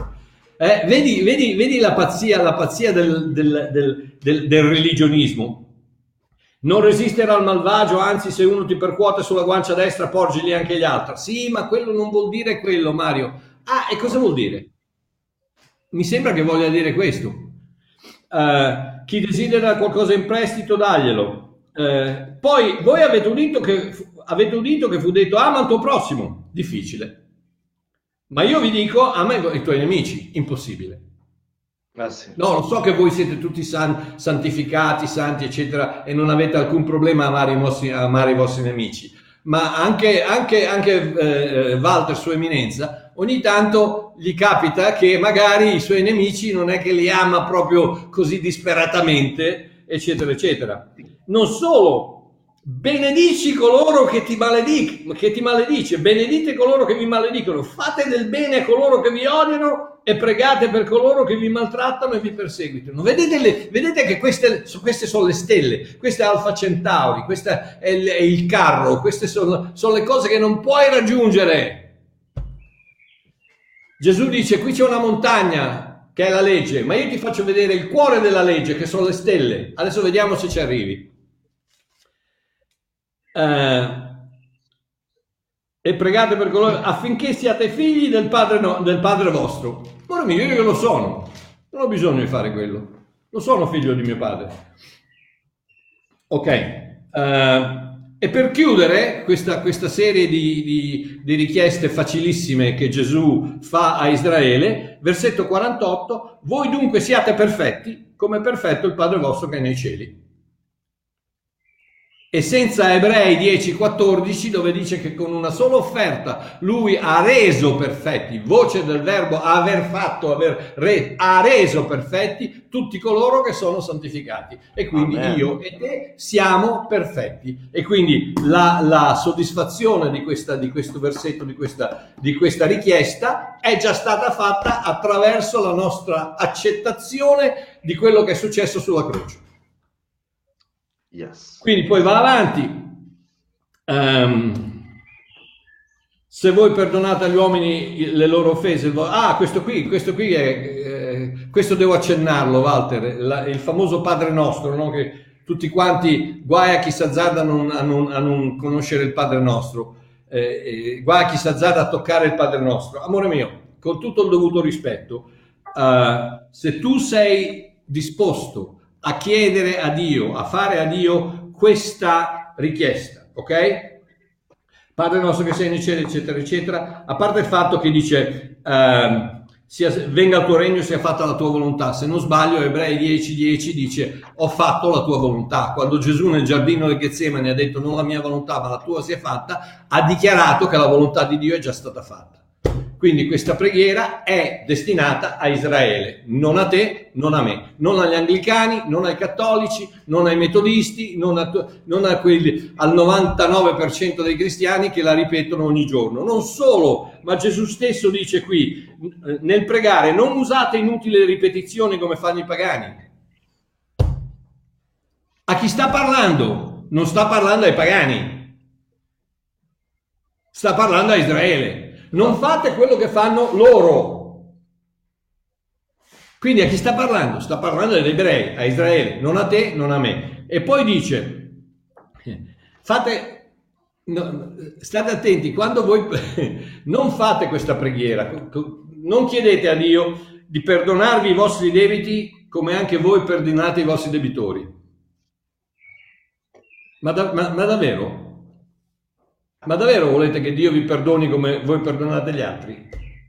[SPEAKER 2] Vedi la pazzia del religionismo. Non resistere al malvagio, anzi, se uno ti percuote sulla guancia destra, porgili anche gli altri. Sì, ma quello non vuol dire quello, Mario. Ah, e cosa vuol dire? Mi sembra che voglia dire questo. Chi desidera qualcosa in prestito, daglielo. Poi voi avete udito che fu detto: ama il tuo prossimo. Difficile. Ma io vi dico: ama i tuoi nemici. Impossibile.
[SPEAKER 3] Sì.
[SPEAKER 2] No, lo so che voi siete tutti santificati, santi, eccetera, e non avete alcun problema a amare i vostri nemici. Ma anche Walter, Sua Eminenza, ogni tanto gli capita che magari i suoi nemici non è che li ama proprio così disperatamente, eccetera, eccetera. Non solo. Benedici coloro che ti maledice, benedite coloro che vi maledicono, fate del bene a coloro che vi odiano e pregate per coloro che vi maltrattano e vi perseguitano. Vedete che queste sono le stelle, questa è Alfa Centauri, questo è il carro, queste sono le cose che non puoi raggiungere. Gesù dice: qui c'è una montagna che è la legge, ma io ti faccio vedere il cuore della legge, che sono le stelle. Adesso vediamo se ci arrivi. E pregate per coloro affinché siate figli del Padre vostro. Ora mio, io lo sono, non ho bisogno di fare quello, lo sono figlio di mio padre. Ok, e per chiudere questa serie di richieste facilissime che Gesù fa a Israele, versetto 48: voi dunque siate perfetti come è perfetto il Padre vostro che è nei cieli. E senza Ebrei 10:14, dove dice che con una sola offerta lui ha reso perfetti, voce del verbo aver fatto, ha reso perfetti tutti coloro che sono santificati. E quindi Amen. Io e te siamo perfetti. E quindi la soddisfazione di questo versetto, di questa richiesta, è già stata fatta attraverso la nostra accettazione di quello che è successo sulla croce.
[SPEAKER 3] Yes.
[SPEAKER 2] Quindi poi va avanti. Se voi perdonate agli uomini le loro offese, questo qui è, questo devo accennarlo, Walter, il famoso Padre Nostro, no? Che tutti quanti, guai a chi s'azzarda a non conoscere il Padre Nostro, guai a chi s'azzarda a toccare il Padre Nostro. Amore mio, con tutto il dovuto rispetto, se tu sei disposto a chiedere a Dio, a fare a Dio questa richiesta, ok? Padre nostro che sei nei cieli, eccetera, eccetera, a parte il fatto che dice venga il tuo regno, sia fatta la tua volontà. Se non sbaglio, Ebrei 10:10 dice: ho fatto la tua volontà. Quando Gesù nel giardino del Getsemani ha detto: non la mia volontà ma la tua sia fatta, ha dichiarato che la volontà di Dio è già stata fatta. Quindi questa preghiera è destinata a Israele, non a te, non a me, non agli anglicani, non ai cattolici, non ai metodisti, non a quelli, al 99% dei cristiani che la ripetono ogni giorno. Non solo, ma Gesù stesso dice qui, nel pregare, non usate inutili ripetizioni come fanno i pagani. A chi sta parlando? Non sta parlando ai pagani, sta parlando a Israele. Non fate quello che fanno loro. Quindi a chi sta parlando? Sta parlando agli ebrei, a Israele, non a te, non a me. E poi dice, state attenti, quando voi non fate questa preghiera, non chiedete a Dio di perdonarvi i vostri debiti come anche voi perdonate i vostri debitori. Ma davvero? Ma davvero volete che Dio vi perdoni come voi perdonate gli altri?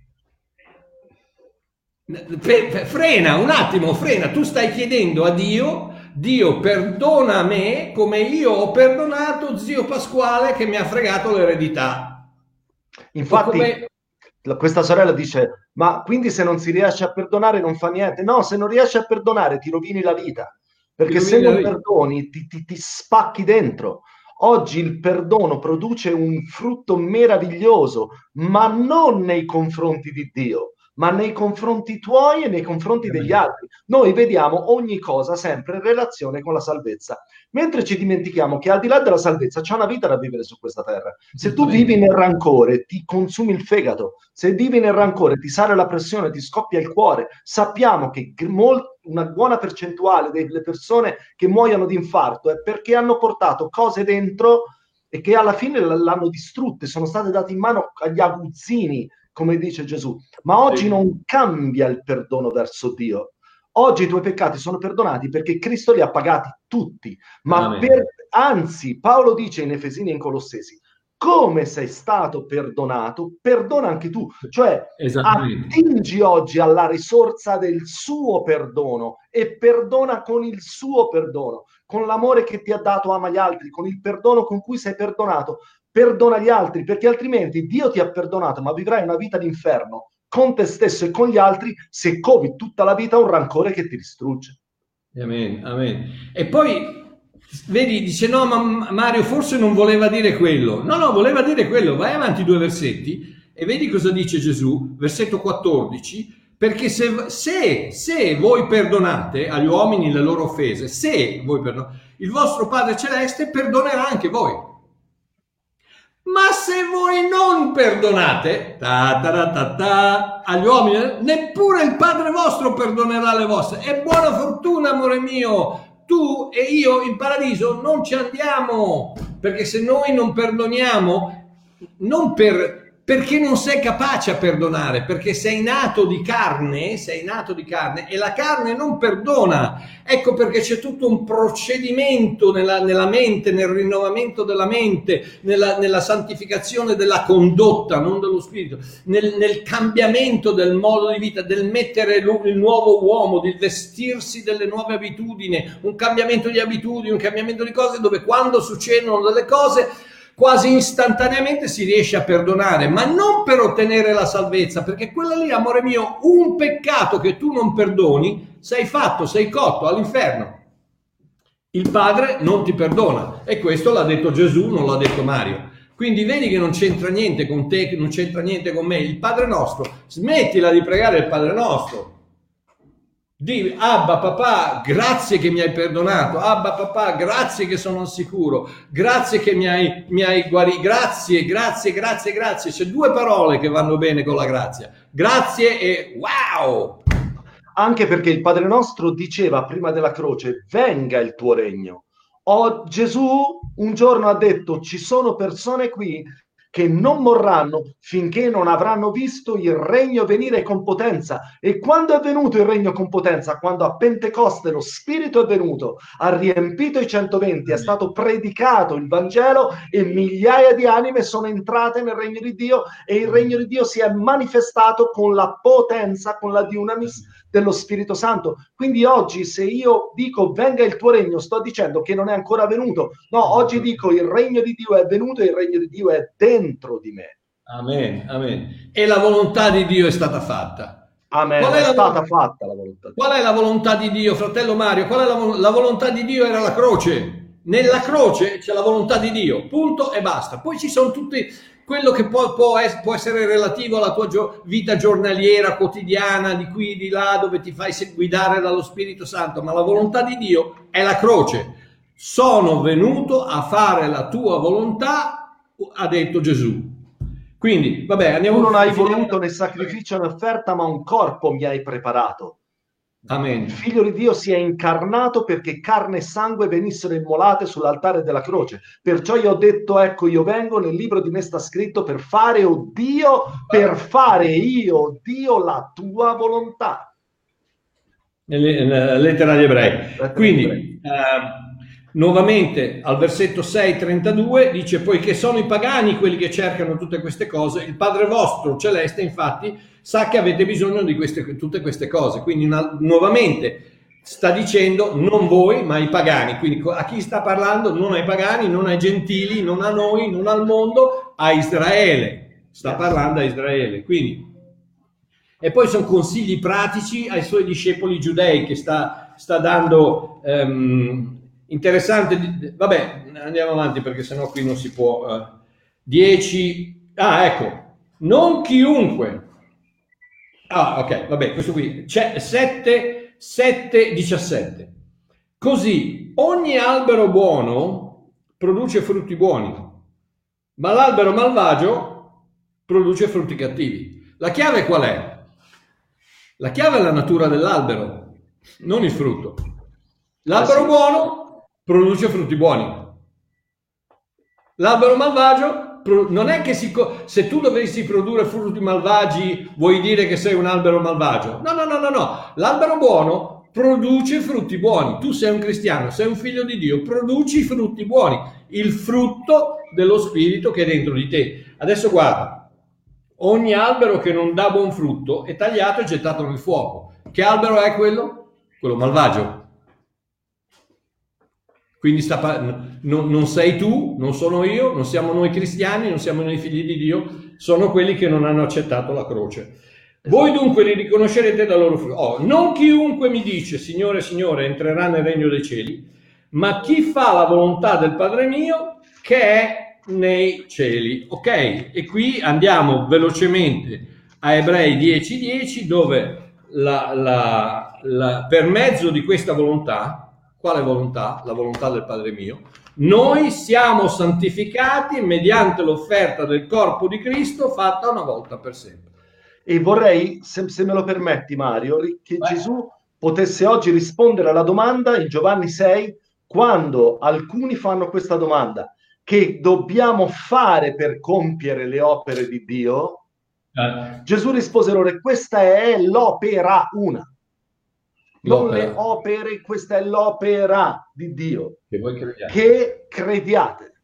[SPEAKER 2] Frena un attimo, frena. Tu stai chiedendo a Dio perdona me come io ho perdonato zio Pasquale che mi ha fregato l'eredità.
[SPEAKER 3] Infatti questa sorella dice, ma quindi se non si riesce a perdonare non fa niente? No, se non riesci a perdonare ti rovini la vita, perché se non perdoni ti spacchi dentro. Oggi il perdono produce un frutto meraviglioso, ma non nei confronti di Dio, ma nei confronti tuoi e nei confronti degli altri. Noi vediamo ogni cosa sempre in relazione con la salvezza, mentre ci dimentichiamo che al di là della salvezza c'è una vita da vivere su questa terra. Se tu vivi nel rancore, ti consumi il fegato. Se vivi nel rancore, ti sale la pressione, ti scoppia il cuore. Sappiamo che una buona percentuale delle persone che muoiono di infarto è perché hanno portato cose dentro e che alla fine l'hanno distrutte, sono state date in mano agli aguzzini, come dice Gesù. Ma oggi non cambia il perdono verso Dio. Oggi i tuoi peccati sono perdonati perché Cristo li ha pagati tutti. Ma anzi, Paolo dice in Efesini e in Colossesi, come sei stato perdonato, perdona anche tu. Cioè, attingi oggi alla risorsa del suo perdono e perdona con il suo perdono, con l'amore che ti ha dato ama gli altri, con il perdono con cui sei perdonato. Perdona gli altri, perché altrimenti Dio ti ha perdonato, ma vivrai una vita d'inferno con te stesso e con gli altri se covi tutta la vita un rancore che ti distrugge.
[SPEAKER 2] Amen, amen. E poi vedi, dice no, ma Mario forse non voleva dire quello. No, voleva dire quello. Vai avanti 2 versetti e vedi cosa dice Gesù, versetto 14, perché se voi perdonate agli uomini le loro offese, se voi perdonate, il vostro Padre Celeste perdonerà anche voi. Ma se voi non perdonate agli uomini, neppure il Padre vostro perdonerà le vostre. E buona fortuna, amore mio, tu e io in paradiso non ci andiamo, perché se noi non perdoniamo, non perché non sei capace a perdonare, perché sei nato di carne e la carne non perdona. Ecco perché c'è tutto un procedimento nella mente, nel rinnovamento della mente, nella santificazione della condotta, non dello spirito, nel cambiamento del modo di vita, del mettere il nuovo uomo, di vestirsi delle nuove abitudini, un cambiamento di abitudini, un cambiamento di cose dove quando succedono delle cose quasi istantaneamente si riesce a perdonare, ma non per ottenere la salvezza, perché quella lì, amore mio, un peccato che tu non perdoni, sei cotto all'inferno. Il Padre non ti perdona, e questo l'ha detto Gesù, non l'ha detto Mario. Quindi vedi che non c'entra niente con te, che non c'entra niente con me. Il Padre nostro, smettila di pregare il Padre nostro. Di Abba papà, grazie che mi hai perdonato. Abba papà, grazie che sono al sicuro. Grazie che mi hai guarito. Grazie. C'è 2 parole che vanno bene con la grazia. Grazie e wow!
[SPEAKER 3] Anche perché il Padre nostro diceva prima della croce, venga il tuo regno. Gesù un giorno ha detto, ci sono persone qui che non morranno finché non avranno visto il regno venire con potenza. E quando è venuto il regno con potenza? Quando a Pentecoste lo Spirito è venuto, ha riempito i 120, è stato predicato il Vangelo e migliaia di anime sono entrate nel regno di Dio e il regno di Dio si è manifestato con la potenza, con la dunamis dello Spirito Santo. Quindi oggi se io dico venga il tuo regno, sto dicendo che non è ancora venuto. No, oggi dico il regno di Dio è venuto e il regno di Dio è dentro di me.
[SPEAKER 2] Amen, amen. E la volontà di Dio è stata fatta.
[SPEAKER 3] Amen, è stata fatta la volontà.
[SPEAKER 2] Qual è la volontà di Dio, fratello Mario? Qual è la volontà di Dio? Era la croce. Nella croce c'è la volontà di Dio, punto e basta. Poi ci sono tutti quello che può essere relativo alla tua vita giornaliera, quotidiana, di qui, di là, dove ti fai guidare dallo Spirito Santo, ma la volontà di Dio è la croce. Sono venuto a fare la tua volontà, ha detto Gesù. Quindi, vabbè, andiamo.
[SPEAKER 3] Tu non hai voluto né sacrificio né offerta, ma un corpo mi hai preparato.
[SPEAKER 2] Amen.
[SPEAKER 3] Il Figlio di Dio si è incarnato perché carne e sangue venissero immolate sull'altare della croce. Perciò io ho detto, ecco, io vengo, nel libro di me sta scritto, per fare, oh Dio, per fare io, oh Dio, la tua volontà.
[SPEAKER 2] Nella lettera agli ebrei. Quindi, nuovamente al versetto 6:32 dice: poiché sono i pagani quelli che cercano tutte queste cose, il Padre vostro celeste infatti sa che avete bisogno di tutte queste cose. Quindi nuovamente sta dicendo non voi ma i pagani. Quindi a chi sta parlando? Non ai pagani, non ai gentili, non a noi, non al mondo, a Israele. Sta parlando a Israele. Quindi, e poi sono consigli pratici ai suoi discepoli giudei che sta dando. Interessante. Vabbè, andiamo avanti perché sennò qui non si può. 10. Ecco, non chiunque. Ok, vabbè, questo qui c'è 7:17. Così ogni albero buono produce frutti buoni, ma l'albero malvagio produce frutti cattivi. La chiave qual è? La chiave è la natura dell'albero, non il frutto. L'albero buono produce frutti buoni. L'albero malvagio non è che se tu dovessi produrre frutti malvagi vuoi dire che sei un albero malvagio. No. L'albero buono produce frutti buoni. Tu sei un cristiano, sei un figlio di Dio, produci frutti buoni, il frutto dello Spirito che è dentro di te. Adesso guarda, ogni albero che non dà buon frutto è tagliato e gettato nel fuoco. Che albero è quello? Quello malvagio. Quindi non sei tu, non sono io, non siamo noi cristiani, non siamo noi figli di Dio, sono quelli che non hanno accettato la croce. Voi dunque li riconoscerete dal loro frutto. Non chiunque mi dice Signore, Signore entrerà nel regno dei cieli, ma chi fa la volontà del Padre mio che è nei cieli. Ok? E qui andiamo velocemente a Ebrei 10:10 dove per mezzo di questa volontà. Quale volontà? La volontà del Padre mio. Noi siamo santificati mediante l'offerta del corpo di Cristo fatta una volta per sempre.
[SPEAKER 3] E vorrei, se me lo permetti Mario, che Gesù potesse oggi rispondere alla domanda in Giovanni 6, quando alcuni fanno questa domanda, che dobbiamo fare per compiere le opere di Dio? Gesù rispose loro, questa è l'opera una. Non le opere, questa è l'opera di Dio.
[SPEAKER 2] Che voi crediate.
[SPEAKER 3] Che crediate.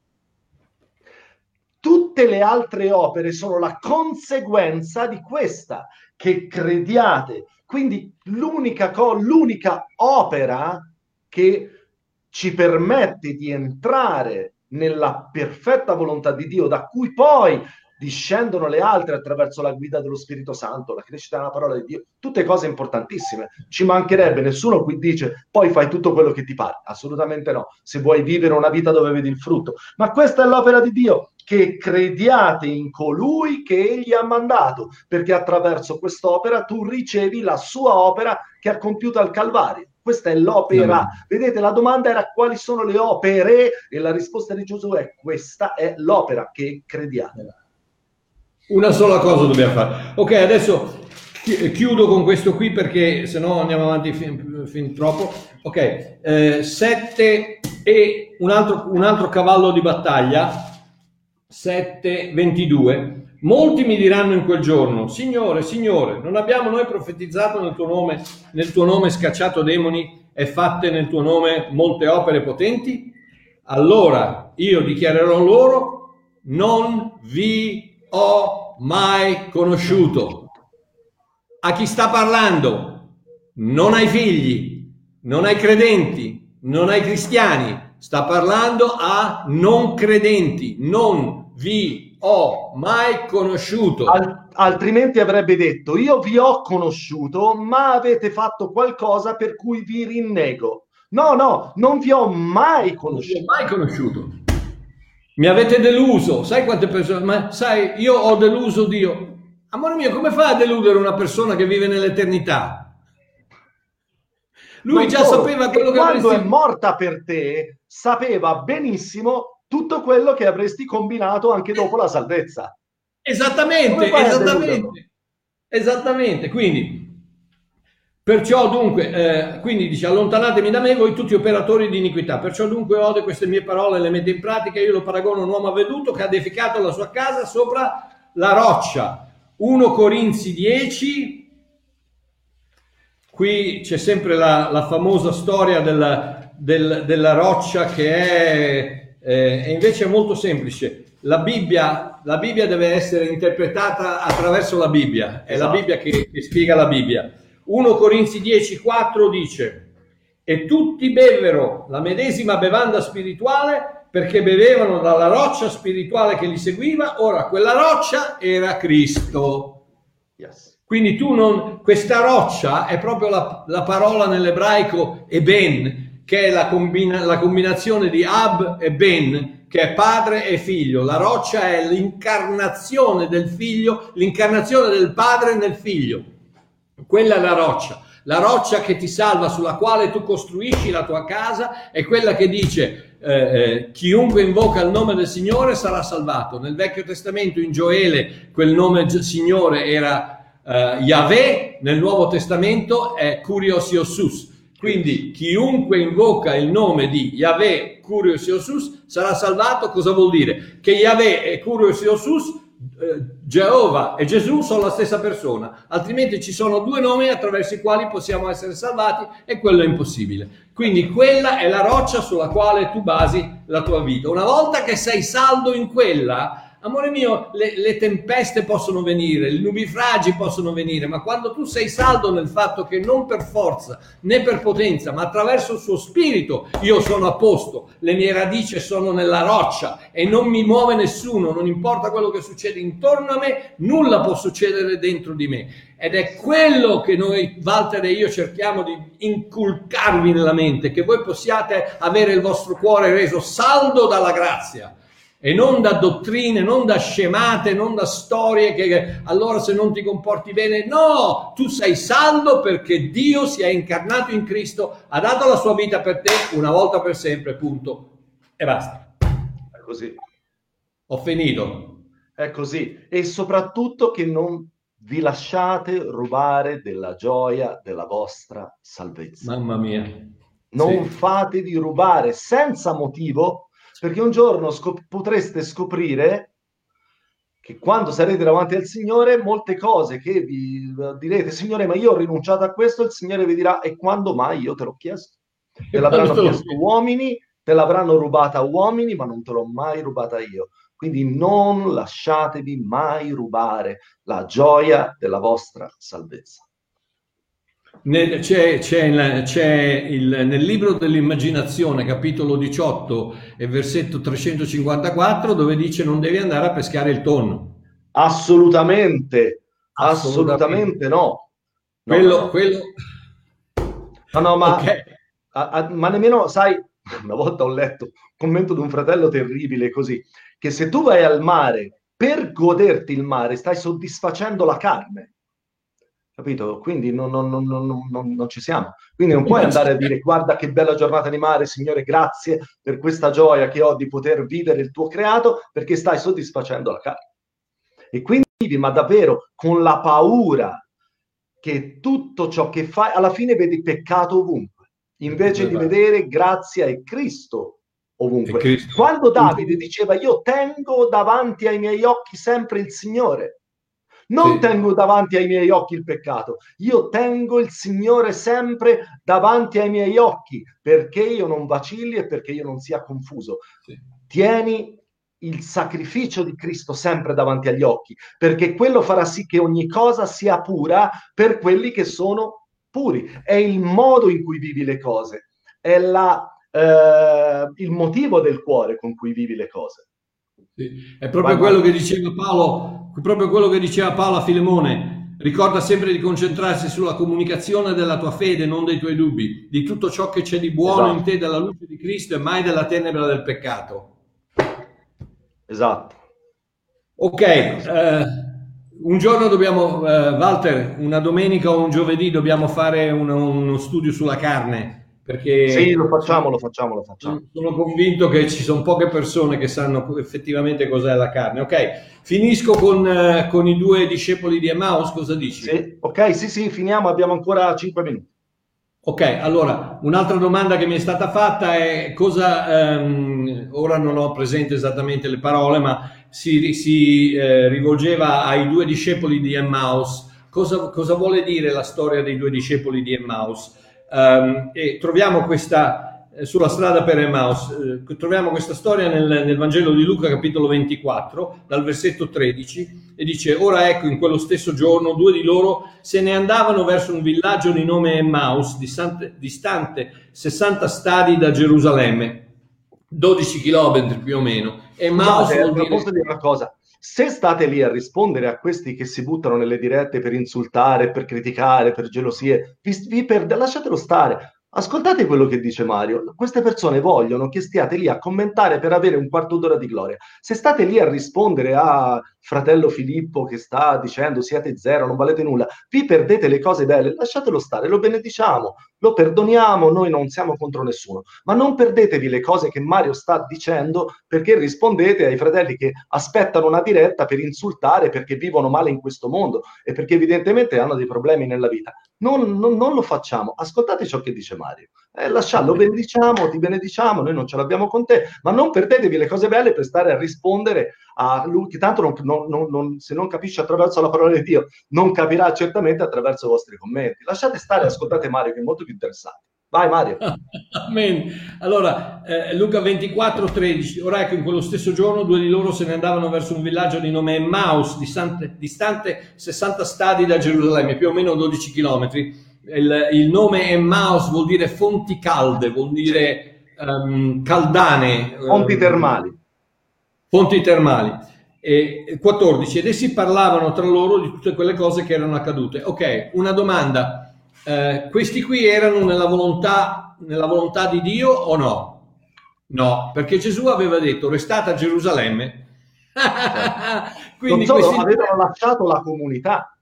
[SPEAKER 3] Tutte le altre opere sono la conseguenza di questa, che crediate. Quindi l'unica opera che ci permette di entrare nella perfetta volontà di Dio, da cui poi discendono le altre attraverso la guida dello Spirito Santo, la crescita della parola di Dio, tutte cose importantissime. Ci mancherebbe, nessuno qui dice poi fai tutto quello che ti pare, assolutamente no, se vuoi vivere una vita dove vedi il frutto, ma questa è l'opera di Dio, che crediate in colui che egli ha mandato, perché attraverso quest'opera tu ricevi la sua opera che ha compiuto al Calvario. Questa è l'opera. Vedete, la domanda era quali sono le opere e la risposta di Gesù è questa è l'opera, che crediate.
[SPEAKER 2] Una sola cosa dobbiamo fare. Ok, adesso chiudo con questo qui perché se no andiamo avanti fin troppo. Ok, 7 e un altro cavallo di battaglia, 7:22. Molti mi diranno in quel giorno, Signore, Signore, non abbiamo noi profetizzato nel tuo nome scacciato demoni e fatte nel tuo nome molte opere potenti? Allora io dichiarerò loro, non vi ho mai conosciuto. A chi sta parlando? Non ai figli, non ai credenti, non ai cristiani, sta parlando a non credenti. Non vi ho mai conosciuto.
[SPEAKER 3] Altrimenti avrebbe detto: io vi ho conosciuto, ma avete fatto qualcosa per cui vi rinnego. No, non vi ho mai conosciuto.
[SPEAKER 2] Non vi ho mai conosciuto. Mi avete deluso. Sai quante persone? Ma sai, io ho deluso Dio. Amore mio, come fai a deludere una persona che vive nell'eternità? Lui
[SPEAKER 3] Non
[SPEAKER 2] già
[SPEAKER 3] solo,
[SPEAKER 2] sapeva quello che
[SPEAKER 3] quando
[SPEAKER 2] avresti...
[SPEAKER 3] è morta per te, sapeva benissimo tutto quello che avresti combinato anche dopo la salvezza. Come
[SPEAKER 2] Esattamente,
[SPEAKER 3] fai a deluderlo?
[SPEAKER 2] esattamente. Quindi, perciò dunque, quindi dice, allontanatemi da me voi tutti operatori di iniquità. Perciò dunque ode queste mie parole e le mette in pratica. Io lo paragono a un uomo avveduto che ha edificato la sua casa sopra la roccia. 1 Corinzi 10. Qui c'è sempre la famosa storia della roccia che è invece molto semplice. La Bibbia deve essere interpretata attraverso la Bibbia, è
[SPEAKER 3] Esatto.
[SPEAKER 2] la Bibbia che spiega la Bibbia. 1 Corinzi 10,4 dice: e tutti bevvero la medesima bevanda spirituale perché bevevano dalla roccia spirituale che li seguiva. Ora quella roccia era Cristo.
[SPEAKER 3] Yes.
[SPEAKER 2] Quindi questa roccia è proprio la parola nell'ebraico Eben, che è la combinazione di Ab e Ben, che è padre e figlio. La roccia è l'incarnazione del figlio, l'incarnazione del padre nel figlio. Quella è la roccia che ti salva, sulla quale tu costruisci la tua casa, è quella che dice chiunque invoca il nome del Signore sarà salvato. Nel Vecchio Testamento, in Gioele, quel nome Signore era Yahweh, nel Nuovo Testamento è Kyrios Iosus. Quindi chiunque invoca il nome di Yahweh, Kyrios Iosus, sarà salvato. Cosa vuol dire? Che Yahweh e Kyrios Iosus, Geova e Gesù sono la stessa persona, altrimenti ci sono due nomi attraverso i quali possiamo essere salvati e quello è impossibile. Quindi quella è la roccia sulla quale tu basi la tua vita. Una volta che sei saldo in quella, amore mio, le tempeste possono venire, i nubifragi possono venire, ma quando tu sei saldo nel fatto che non per forza né per potenza, ma attraverso il suo spirito io sono a posto, le mie radici sono nella roccia e non mi muove nessuno, non importa quello che succede intorno a me, nulla può succedere dentro di me. Ed è quello che noi, Walter e io, cerchiamo di inculcarvi nella mente, che voi possiate avere il vostro cuore reso saldo dalla grazia. E non da dottrine, non da scemate, non da storie che allora se non ti comporti bene. No, tu sei saldo perché Dio si è incarnato in Cristo, ha dato la sua vita per te una volta per sempre, punto. E basta.
[SPEAKER 3] È così.
[SPEAKER 2] Ho finito.
[SPEAKER 3] È così. E soprattutto che non vi lasciate rubare della gioia della vostra salvezza.
[SPEAKER 2] Mamma mia.
[SPEAKER 3] Non
[SPEAKER 2] Sì.
[SPEAKER 3] fatevi rubare senza motivo, perché un giorno potreste scoprire che quando sarete davanti al Signore, molte cose che vi direte: Signore, ma io ho rinunciato a questo, il Signore vi dirà: e quando mai io te l'ho chiesto? Te l'avranno chiesto uomini, te l'avranno rubata uomini, ma non te l'ho mai rubata io. Quindi non lasciatevi mai rubare la gioia della vostra salvezza.
[SPEAKER 2] C'è nel libro dell'immaginazione, capitolo 18 e versetto 354, dove dice non devi andare a pescare il tonno.
[SPEAKER 3] Assolutamente no.
[SPEAKER 2] Quello...
[SPEAKER 3] No, ma,
[SPEAKER 2] okay.
[SPEAKER 3] ma nemmeno, sai, una volta ho letto un commento di un fratello terribile così, che se tu vai al mare per goderti il mare, stai soddisfacendo la carne. Capito? Quindi non ci siamo. Quindi non puoi andare a dire: guarda che bella giornata di mare, Signore, grazie per questa gioia che ho di poter vivere il tuo creato, perché stai soddisfacendo la carne. E quindi, ma davvero, con la paura che tutto ciò che fai, alla fine vedi peccato ovunque, invece di vedere grazia e Cristo ovunque. Cristo. Quando Davide diceva: io tengo davanti ai miei occhi sempre il Signore, non tengo davanti ai miei occhi il peccato, io tengo il Signore sempre davanti ai miei occhi, perché io non vacilli e perché io non sia confuso. Tieni il sacrificio di Cristo sempre davanti agli occhi, perché quello farà sì che ogni cosa sia pura per quelli che sono puri. È il modo in cui vivi le cose, è il motivo del cuore con cui vivi le cose.
[SPEAKER 2] Sì. È proprio quello che diceva Paolo, proprio quello che diceva Paolo a Filemone. Ricorda sempre di concentrarsi sulla comunicazione della tua fede, non dei tuoi dubbi, di tutto ciò che c'è di buono in te dalla luce di Cristo e mai della tenebra del peccato.
[SPEAKER 3] Esatto.
[SPEAKER 2] Ok, un giorno dobbiamo, Walter, una domenica o un giovedì dobbiamo fare uno studio sulla carne. Perché
[SPEAKER 3] sì, lo facciamo.
[SPEAKER 2] Sono convinto che ci sono poche persone che sanno effettivamente cos'è la carne. Ok, finisco con i 2 discepoli di Emmaus, cosa dici?
[SPEAKER 3] Sì, ok, sì, finiamo, abbiamo ancora 5 minuti.
[SPEAKER 2] Ok, allora, un'altra domanda che mi è stata fatta è cosa, ora non ho presente esattamente le parole, ma si rivolgeva ai 2 discepoli di Emmaus. Cosa vuole dire la storia dei 2 discepoli di Emmaus? E troviamo questa sulla strada per Emmaus, troviamo questa storia nel Vangelo di Luca capitolo 24 dal versetto 13 e dice: ora ecco, in quello stesso giorno 2 di loro se ne andavano verso un villaggio di nome Emmaus, distante 60 stadi da Gerusalemme, 12 chilometri più o meno. Emmaus
[SPEAKER 3] posso dire una cosa: se state lì a rispondere a questi che si buttano nelle dirette per insultare, per criticare, per gelosie, lasciatelo stare. Ascoltate quello che dice Mario. Queste persone vogliono che stiate lì a commentare per avere un quarto d'ora di gloria. Se state lì a rispondere a fratello Filippo che sta dicendo siete zero, non valete nulla, vi perdete le cose belle, lasciatelo stare, lo benediciamo, lo perdoniamo, noi non siamo contro nessuno, ma non perdetevi le cose che Mario sta dicendo perché rispondete ai fratelli che aspettano una diretta per insultare perché vivono male in questo mondo e perché evidentemente hanno dei problemi nella vita. Non lo facciamo, ascoltate ciò che dice Mario, lo benediciamo, ti benediciamo, noi non ce l'abbiamo con te, ma non perdetevi le cose belle per stare a rispondere a lui, che tanto se non capisce attraverso la parola di Dio, non capirà certamente attraverso i vostri commenti. Lasciate stare, ascoltate Mario che è molto più interessante. Vai Mario.
[SPEAKER 2] Amen. Allora, Luca 24:13, ora ecco, in quello stesso giorno 2 di loro se ne andavano verso un villaggio di nome Emmaus, distante 60 stadi da Gerusalemme, più o meno 12 chilometri. Il nome Emmaus vuol dire fonti calde, vuol dire caldane.
[SPEAKER 3] Fonti termali.
[SPEAKER 2] Fonti termali. E 14, ed essi parlavano tra loro di tutte quelle cose che erano accadute. Ok, una domanda. Questi qui erano nella volontà di Dio o no? No, perché Gesù aveva detto restate a Gerusalemme.
[SPEAKER 3] Quindi non solo, avevano lasciato la comunità.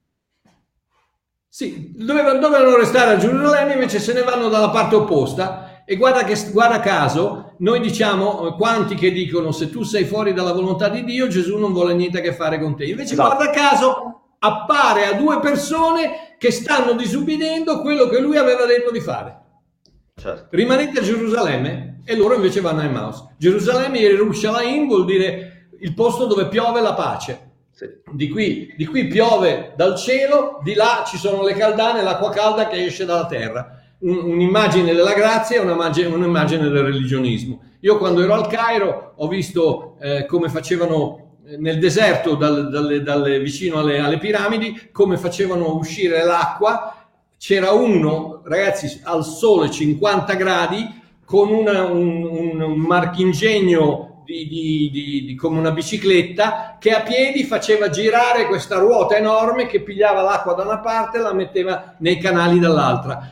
[SPEAKER 2] Sì, dovevano restare a Gerusalemme, invece se ne vanno dalla parte opposta. E guarda caso, noi diciamo, quanti che dicono se tu sei fuori dalla volontà di Dio, Gesù non vuole niente a che fare con te. Invece guarda caso, appare a 2 persone che stanno disubbidendo quello che lui aveva detto di fare.
[SPEAKER 3] Certo.
[SPEAKER 2] Rimanete a Gerusalemme e loro invece vanno a Emmaus. Gerusalemme, Yerushalayim, vuol dire il posto dove piove la pace. Sì. Di qui piove dal cielo, di là ci sono le caldane, l'acqua calda che esce dalla terra. Un'immagine della grazia e un'immagine del religionismo. Io quando ero al Cairo ho visto come facevano nel deserto vicino alle piramidi, come facevano uscire l'acqua. C'era uno, ragazzi, al sole 50 gradi con un marchingegno come una bicicletta che a piedi faceva girare questa ruota enorme che pigliava l'acqua da una parte e la metteva nei canali dall'altra.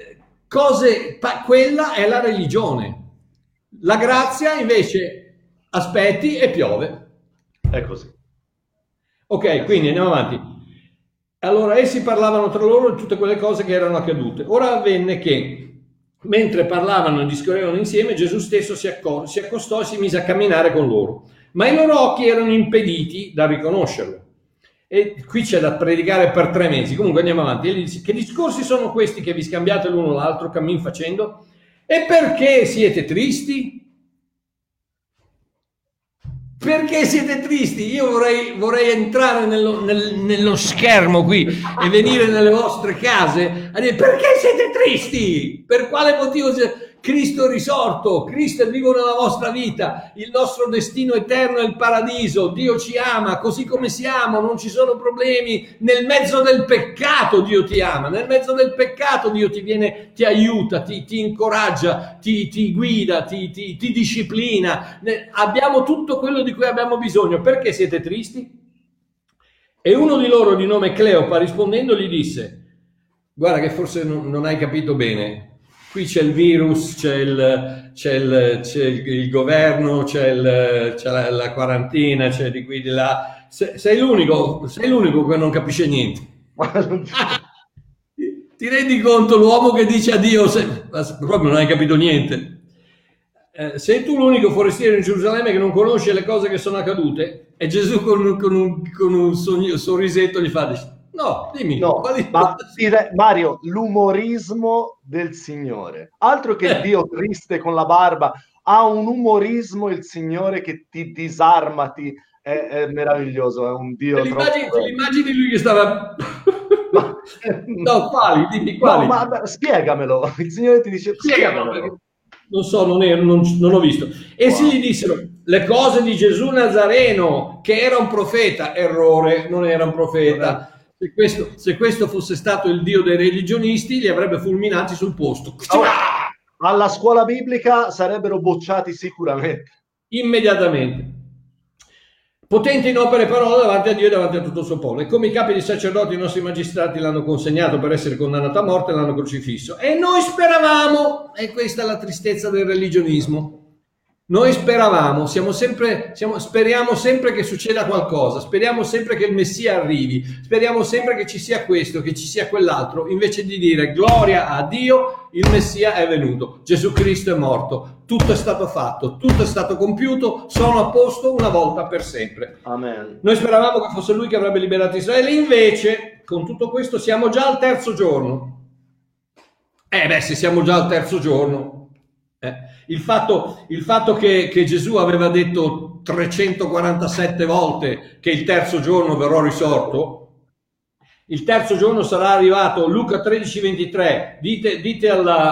[SPEAKER 2] Quella è la religione. La grazia invece aspetti e piove.
[SPEAKER 3] È così.
[SPEAKER 2] Ok, quindi andiamo avanti. Allora essi parlavano tra loro di tutte quelle cose che erano accadute. Ora avvenne che mentre parlavano e discorrevano insieme, Gesù stesso si accostò e si mise a camminare con loro, ma i loro occhi erano impediti da riconoscerlo. E qui c'è da predicare per 3 mesi. Comunque andiamo avanti. Egli dice: che discorsi sono questi che vi scambiate l'uno l'altro cammin facendo? E perché siete tristi? Perché siete tristi? Io vorrei entrare nello schermo qui e venire nelle vostre case a dire: perché siete tristi? Per quale motivo? Cristo è risorto, Cristo è vivo nella vostra vita, il nostro destino eterno è il paradiso, Dio ci ama così come siamo, non ci sono problemi, nel mezzo del peccato Dio ti ama, nel mezzo del peccato Dio ti viene, ti aiuta, ti incoraggia, ti guida, ti disciplina, abbiamo tutto quello di cui abbiamo bisogno. Perché siete tristi? E uno di loro, di nome Cleopa, rispondendo gli disse: guarda che forse non hai capito bene, qui c'è il virus, c'è il governo, c'è la quarantina, c'è di qui di là. Sei l'unico che non capisce niente. Ti rendi conto, l'uomo che dice a Dio, proprio non hai capito niente. Sei tu l'unico forestiero in Gerusalemme che non conosce le cose che sono accadute? E Gesù con un sorrisetto gli fa: no, dimmi.
[SPEAKER 3] No, ma Mario, l'umorismo del Signore. Altro che il Dio triste con la barba, ha un umorismo il Signore che ti disarma, è meraviglioso, è un Dio.
[SPEAKER 2] Te l'immagini lui che stava... No, quali? Dimmi quali.
[SPEAKER 3] No, ma spiegamelo. Il Signore ti dice spiegamelo.
[SPEAKER 2] Non so, non l'ho visto. Essi gli dissero: le cose di Gesù Nazareno, che era un profeta. Errore, non era un profeta. Se questo fosse stato il Dio dei religionisti, li avrebbe fulminati sul posto.
[SPEAKER 3] Alla scuola biblica sarebbero bocciati sicuramente.
[SPEAKER 2] Immediatamente. Potente in opere e parole davanti a Dio e davanti a tutto il suo popolo. E come i capi dei sacerdoti, i nostri magistrati l'hanno consegnato per essere condannato a morte e l'hanno crocifisso. E noi speravamo, e questa è la tristezza del religionismo, noi speravamo, speriamo sempre che succeda qualcosa, speriamo sempre che il Messia arrivi, speriamo sempre che ci sia questo, che ci sia quell'altro, invece di dire gloria a Dio, il Messia è venuto, Gesù Cristo è morto, tutto è stato fatto, tutto è stato compiuto, sono a posto una volta per sempre.
[SPEAKER 3] Amen.
[SPEAKER 2] Noi speravamo che fosse Lui che avrebbe liberato Israele, invece con tutto questo siamo già al terzo giorno. Se siamo già al terzo giorno... Il fatto che Gesù aveva detto 347 volte che il terzo giorno verrò risorto, il terzo giorno sarà arrivato. Luca 13:23, dite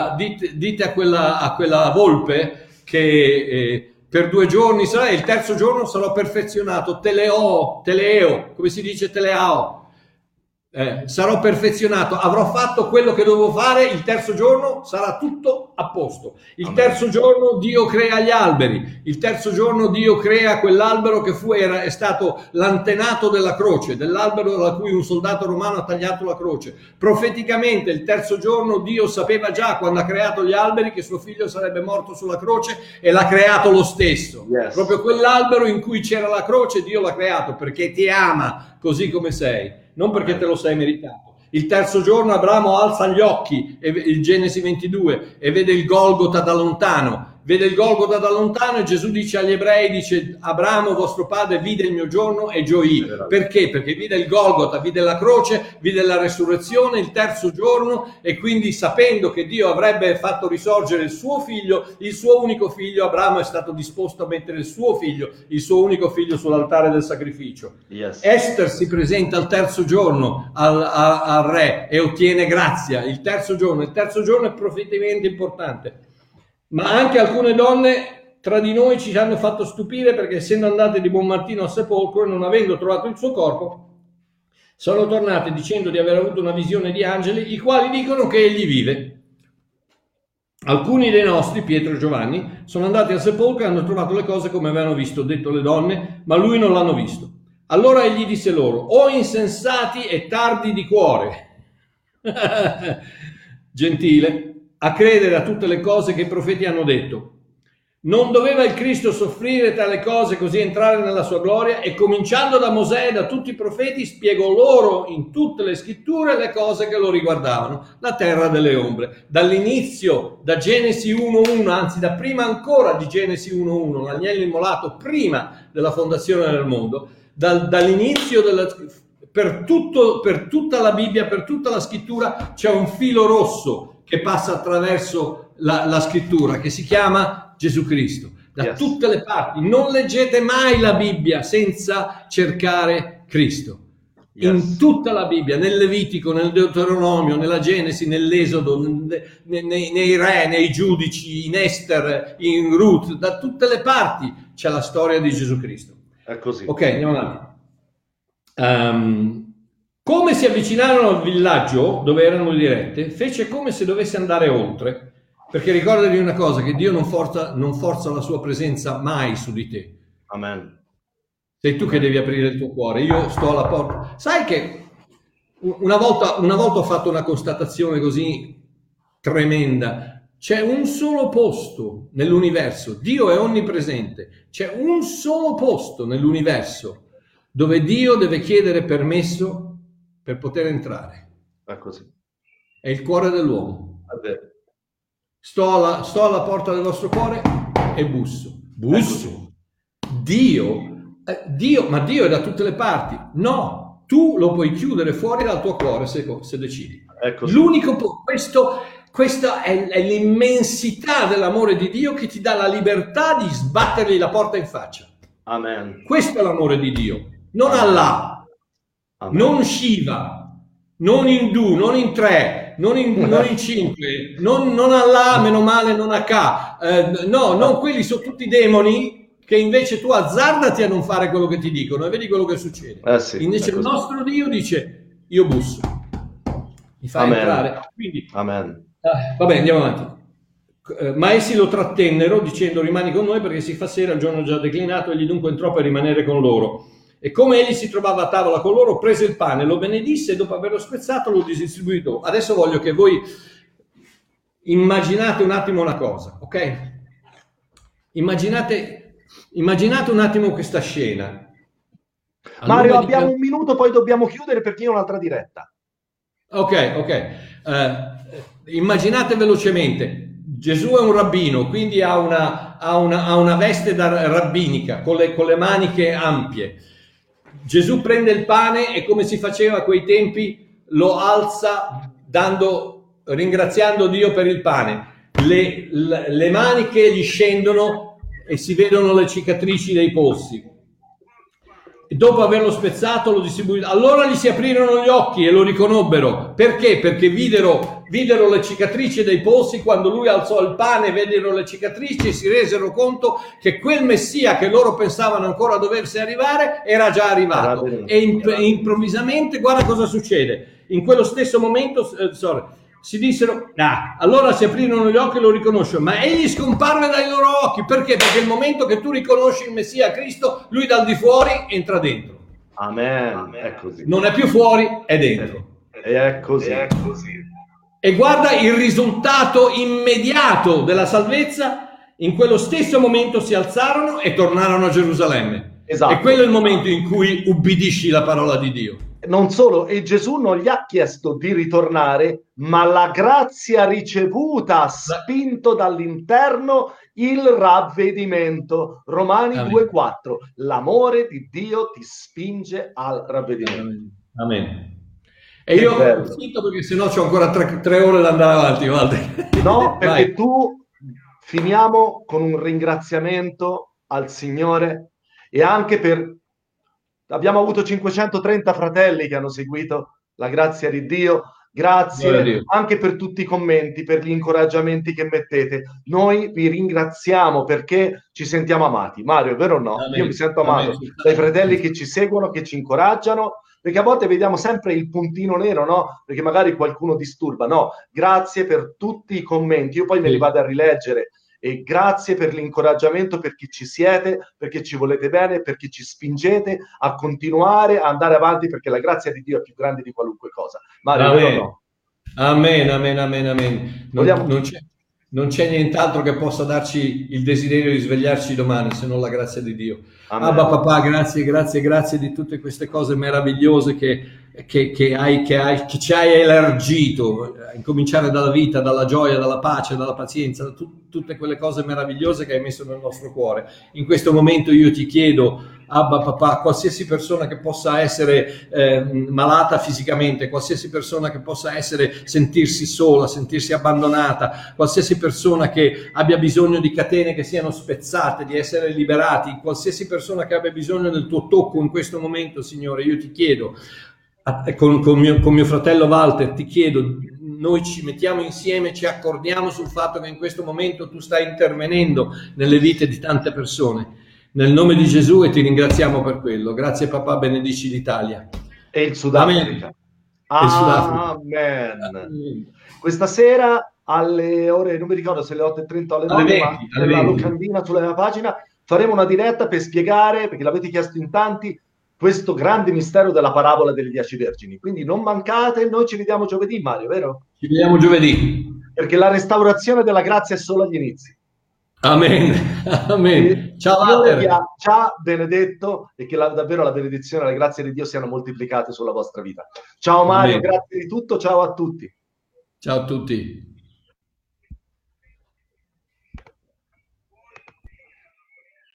[SPEAKER 2] a quella volpe che per 2 giorni sarà, e il terzo giorno sarò perfezionato, teleo, come si dice teleao. Sarò perfezionato, avrò fatto quello che dovevo fare, il terzo giorno sarà tutto a posto. Il terzo giorno Dio crea gli alberi, il terzo giorno Dio crea quell'albero che è stato l'antenato della croce, dell'albero da cui un soldato romano ha tagliato la croce. Profeticamente il terzo giorno Dio sapeva già, quando ha creato gli alberi, che suo figlio sarebbe morto sulla croce, e l'ha creato lo stesso.
[SPEAKER 3] Yes.
[SPEAKER 2] Proprio quell'albero in cui c'era la croce Dio l'ha creato perché ti ama così come sei, non perché te lo sei meritato. Il terzo giorno Abramo alza gli occhi, il Genesi 22, e vede il Golgota da lontano. E Gesù dice agli ebrei, dice: Abramo vostro padre vide il mio giorno e gioì. Perché? Perché vide il Golgota, vide la croce, vide la resurrezione il terzo giorno, e quindi, sapendo che Dio avrebbe fatto risorgere il suo figlio, il suo unico figlio, Abramo è stato disposto a mettere il suo unico figlio sull'altare del sacrificio.
[SPEAKER 3] Yes.
[SPEAKER 2] Ester si presenta al terzo giorno al re e ottiene grazia. Il terzo giorno è profeticamente importante. Ma anche alcune donne tra di noi ci hanno fatto stupire, perché essendo andate di buon mattino al sepolcro e non avendo trovato il suo corpo, sono tornate dicendo di aver avuto una visione di angeli, i quali dicono che egli vive. Alcuni dei nostri, Pietro e Giovanni, sono andati al sepolcro e hanno trovato le cose come avevano visto, detto le donne, ma lui non l'hanno visto. Allora egli disse loro: o insensati e tardi di cuore, gentile, a credere a tutte le cose che i profeti hanno detto. Non doveva il Cristo soffrire tale cose, così entrare nella sua gloria? E cominciando da Mosè e da tutti i profeti, spiegò loro in tutte le scritture le cose che lo riguardavano, la terra delle ombre. Dall'inizio, da Genesi 1.1, anzi da prima ancora di Genesi 1.1, l'agnello immolato prima della fondazione del mondo, dall'inizio per tutta la Bibbia, per tutta la scrittura, c'è un filo rosso che passa attraverso la scrittura, che si chiama Gesù Cristo. Da tutte le parti. Non leggete mai la Bibbia senza cercare Cristo. In tutta la Bibbia, nel Levitico, nel Deuteronomio, nella Genesi, nell'Esodo, nei re, nei giudici, in Ester, in Ruth, da tutte le parti c'è la storia di Gesù Cristo.
[SPEAKER 3] È così.
[SPEAKER 2] Ok, andiamo avanti. Come si avvicinarono al villaggio dove erano dirette, fece come se dovesse andare oltre, perché ricordati una cosa, che Dio non forza la sua presenza mai su di te.
[SPEAKER 3] Amen.
[SPEAKER 2] Sei tu che devi aprire il tuo cuore, io sto alla porta. Sai che una volta ho fatto una constatazione così tremenda. C'è un solo posto nell'universo, Dio è onnipresente, c'è un solo posto nell'universo dove Dio deve chiedere permesso per poter entrare.
[SPEAKER 3] È così.
[SPEAKER 2] È il cuore dell'uomo.
[SPEAKER 3] È vero.
[SPEAKER 2] Sto alla porta del vostro cuore e busso. Ma Dio è da tutte le parti. No, tu lo puoi chiudere fuori dal tuo cuore se decidi. L'unico questa è l'immensità dell'amore di Dio che ti dà la libertà di sbattergli la porta in faccia.
[SPEAKER 3] Amen.
[SPEAKER 2] Questo è l'amore di Dio. Non Allah, non Shiva, non Hindu, non in 3, non in 5, non Allah, meno male, non AK. No, non quelli sono tutti demoni che invece tu azzardati a non fare quello che ti dicono e vedi quello che succede.
[SPEAKER 3] Sì,
[SPEAKER 2] invece il nostro Dio dice, io busso, mi fai entrare. Quindi,
[SPEAKER 3] Amen.
[SPEAKER 2] Vabbè, andiamo avanti. Ma essi lo trattennero dicendo, rimani con noi perché si fa sera, il giorno è già declinato, egli dunque entrò per rimanere con loro. E come egli si trovava a tavola con loro, prese il pane, lo benedisse e dopo averlo spezzato lo distribuì. Adesso voglio che voi immaginate un attimo una cosa, ok? Immaginate un attimo questa scena.
[SPEAKER 3] Mario, abbiamo un minuto, poi dobbiamo chiudere perché io ho un'altra diretta.
[SPEAKER 2] Ok. Immaginate velocemente. Gesù è un rabbino, quindi ha una veste rabbinica con le maniche ampie. Gesù prende il pane e, come si faceva a quei tempi, lo alza ringraziando Dio per il pane. Le maniche gli scendono e si vedono le cicatrici dei polsi. E dopo averlo spezzato lo distribuì. Allora gli si aprirono gli occhi e lo riconobbero. Perché? Perché videro le cicatrici dei polsi. Quando lui alzò il pane, videro le cicatrici e si resero conto che quel Messia che loro pensavano ancora doversi arrivare era già arrivato. E improvvisamente, guarda cosa succede. In quello stesso momento, si dissero, allora si aprirono gli occhi e lo riconoscono, ma egli scomparve dai loro occhi. Perché? Perché il momento che tu riconosci il Messia Cristo, lui dal di fuori entra dentro.
[SPEAKER 3] Amen. È così.
[SPEAKER 2] Non è più fuori, è dentro.
[SPEAKER 3] È così.
[SPEAKER 2] E guarda il risultato immediato della salvezza. In quello stesso momento si alzarono e tornarono a Gerusalemme.
[SPEAKER 3] Esatto.
[SPEAKER 2] E quello è il momento in cui ubbidisci la parola di Dio.
[SPEAKER 3] Non solo, e Gesù non gli ha chiesto di ritornare, ma la grazia ricevuta ha spinto dall'interno il ravvedimento. Romani 2,4. L'amore di Dio ti spinge al ravvedimento.
[SPEAKER 2] Amen. E io ho finito perché sennò c'ho ancora tre ore da andare avanti, Walter.
[SPEAKER 3] No, perché finiamo con un ringraziamento al Signore e anche per... Abbiamo avuto 530 fratelli che hanno seguito la grazia di Dio. Grazie anche per tutti i commenti, per gli incoraggiamenti che mettete. Noi vi ringraziamo perché ci sentiamo amati. Mario, è vero o no? Amen. Io mi sento amato dai fratelli che ci seguono, che ci incoraggiano, perché a volte vediamo sempre il puntino nero, no? Perché magari qualcuno disturba. No, grazie per tutti i commenti. Io poi me li vado a rileggere. E grazie per l'incoraggiamento, perché ci siete, perché ci volete bene, perché ci spingete a continuare a andare avanti, perché la grazia di Dio è più grande di qualunque cosa. Mario, no?
[SPEAKER 2] Amen. Non c'è nient'altro che possa darci il desiderio di svegliarci domani se non la grazia di Dio. Abba papà, grazie di tutte queste cose meravigliose che ci hai elargito, a incominciare dalla vita, dalla gioia, dalla pace, dalla pazienza, tutte quelle cose meravigliose che hai messo nel nostro cuore. In questo momento io ti chiedo, Abba papà, qualsiasi persona che possa essere malata fisicamente, qualsiasi persona che possa sentirsi sola, sentirsi abbandonata, qualsiasi persona che abbia bisogno di catene che siano spezzate, di essere liberati, qualsiasi persona che abbia bisogno del tuo tocco in questo momento, Signore, io ti chiedo, con mio fratello Walter, ti chiedo, noi ci mettiamo insieme, ci accordiamo sul fatto che in questo momento tu stai intervenendo nelle vite di tante persone. Nel nome di Gesù, e ti ringraziamo per quello. Grazie papà, benedici l'Italia.
[SPEAKER 3] E il Sudafrica. Amen. Questa sera alle ore, non mi ricordo se le 8:30 o alle 9, ma nella locandina sulla mia pagina faremo una diretta per spiegare, perché l'avete chiesto in tanti, questo grande mistero della parabola delle 10 vergini. Quindi non mancate, noi ci vediamo giovedì, Mario, vero?
[SPEAKER 2] Ci vediamo giovedì.
[SPEAKER 3] Perché la restaurazione della grazia è solo agli inizi.
[SPEAKER 2] Amen. Amen. Ciao,
[SPEAKER 3] Signore vi ha già benedetto, e che davvero la benedizione e la grazia di Dio siano moltiplicate sulla vostra vita. Ciao Mario, grazie di tutto, ciao a tutti.
[SPEAKER 2] Ciao a tutti.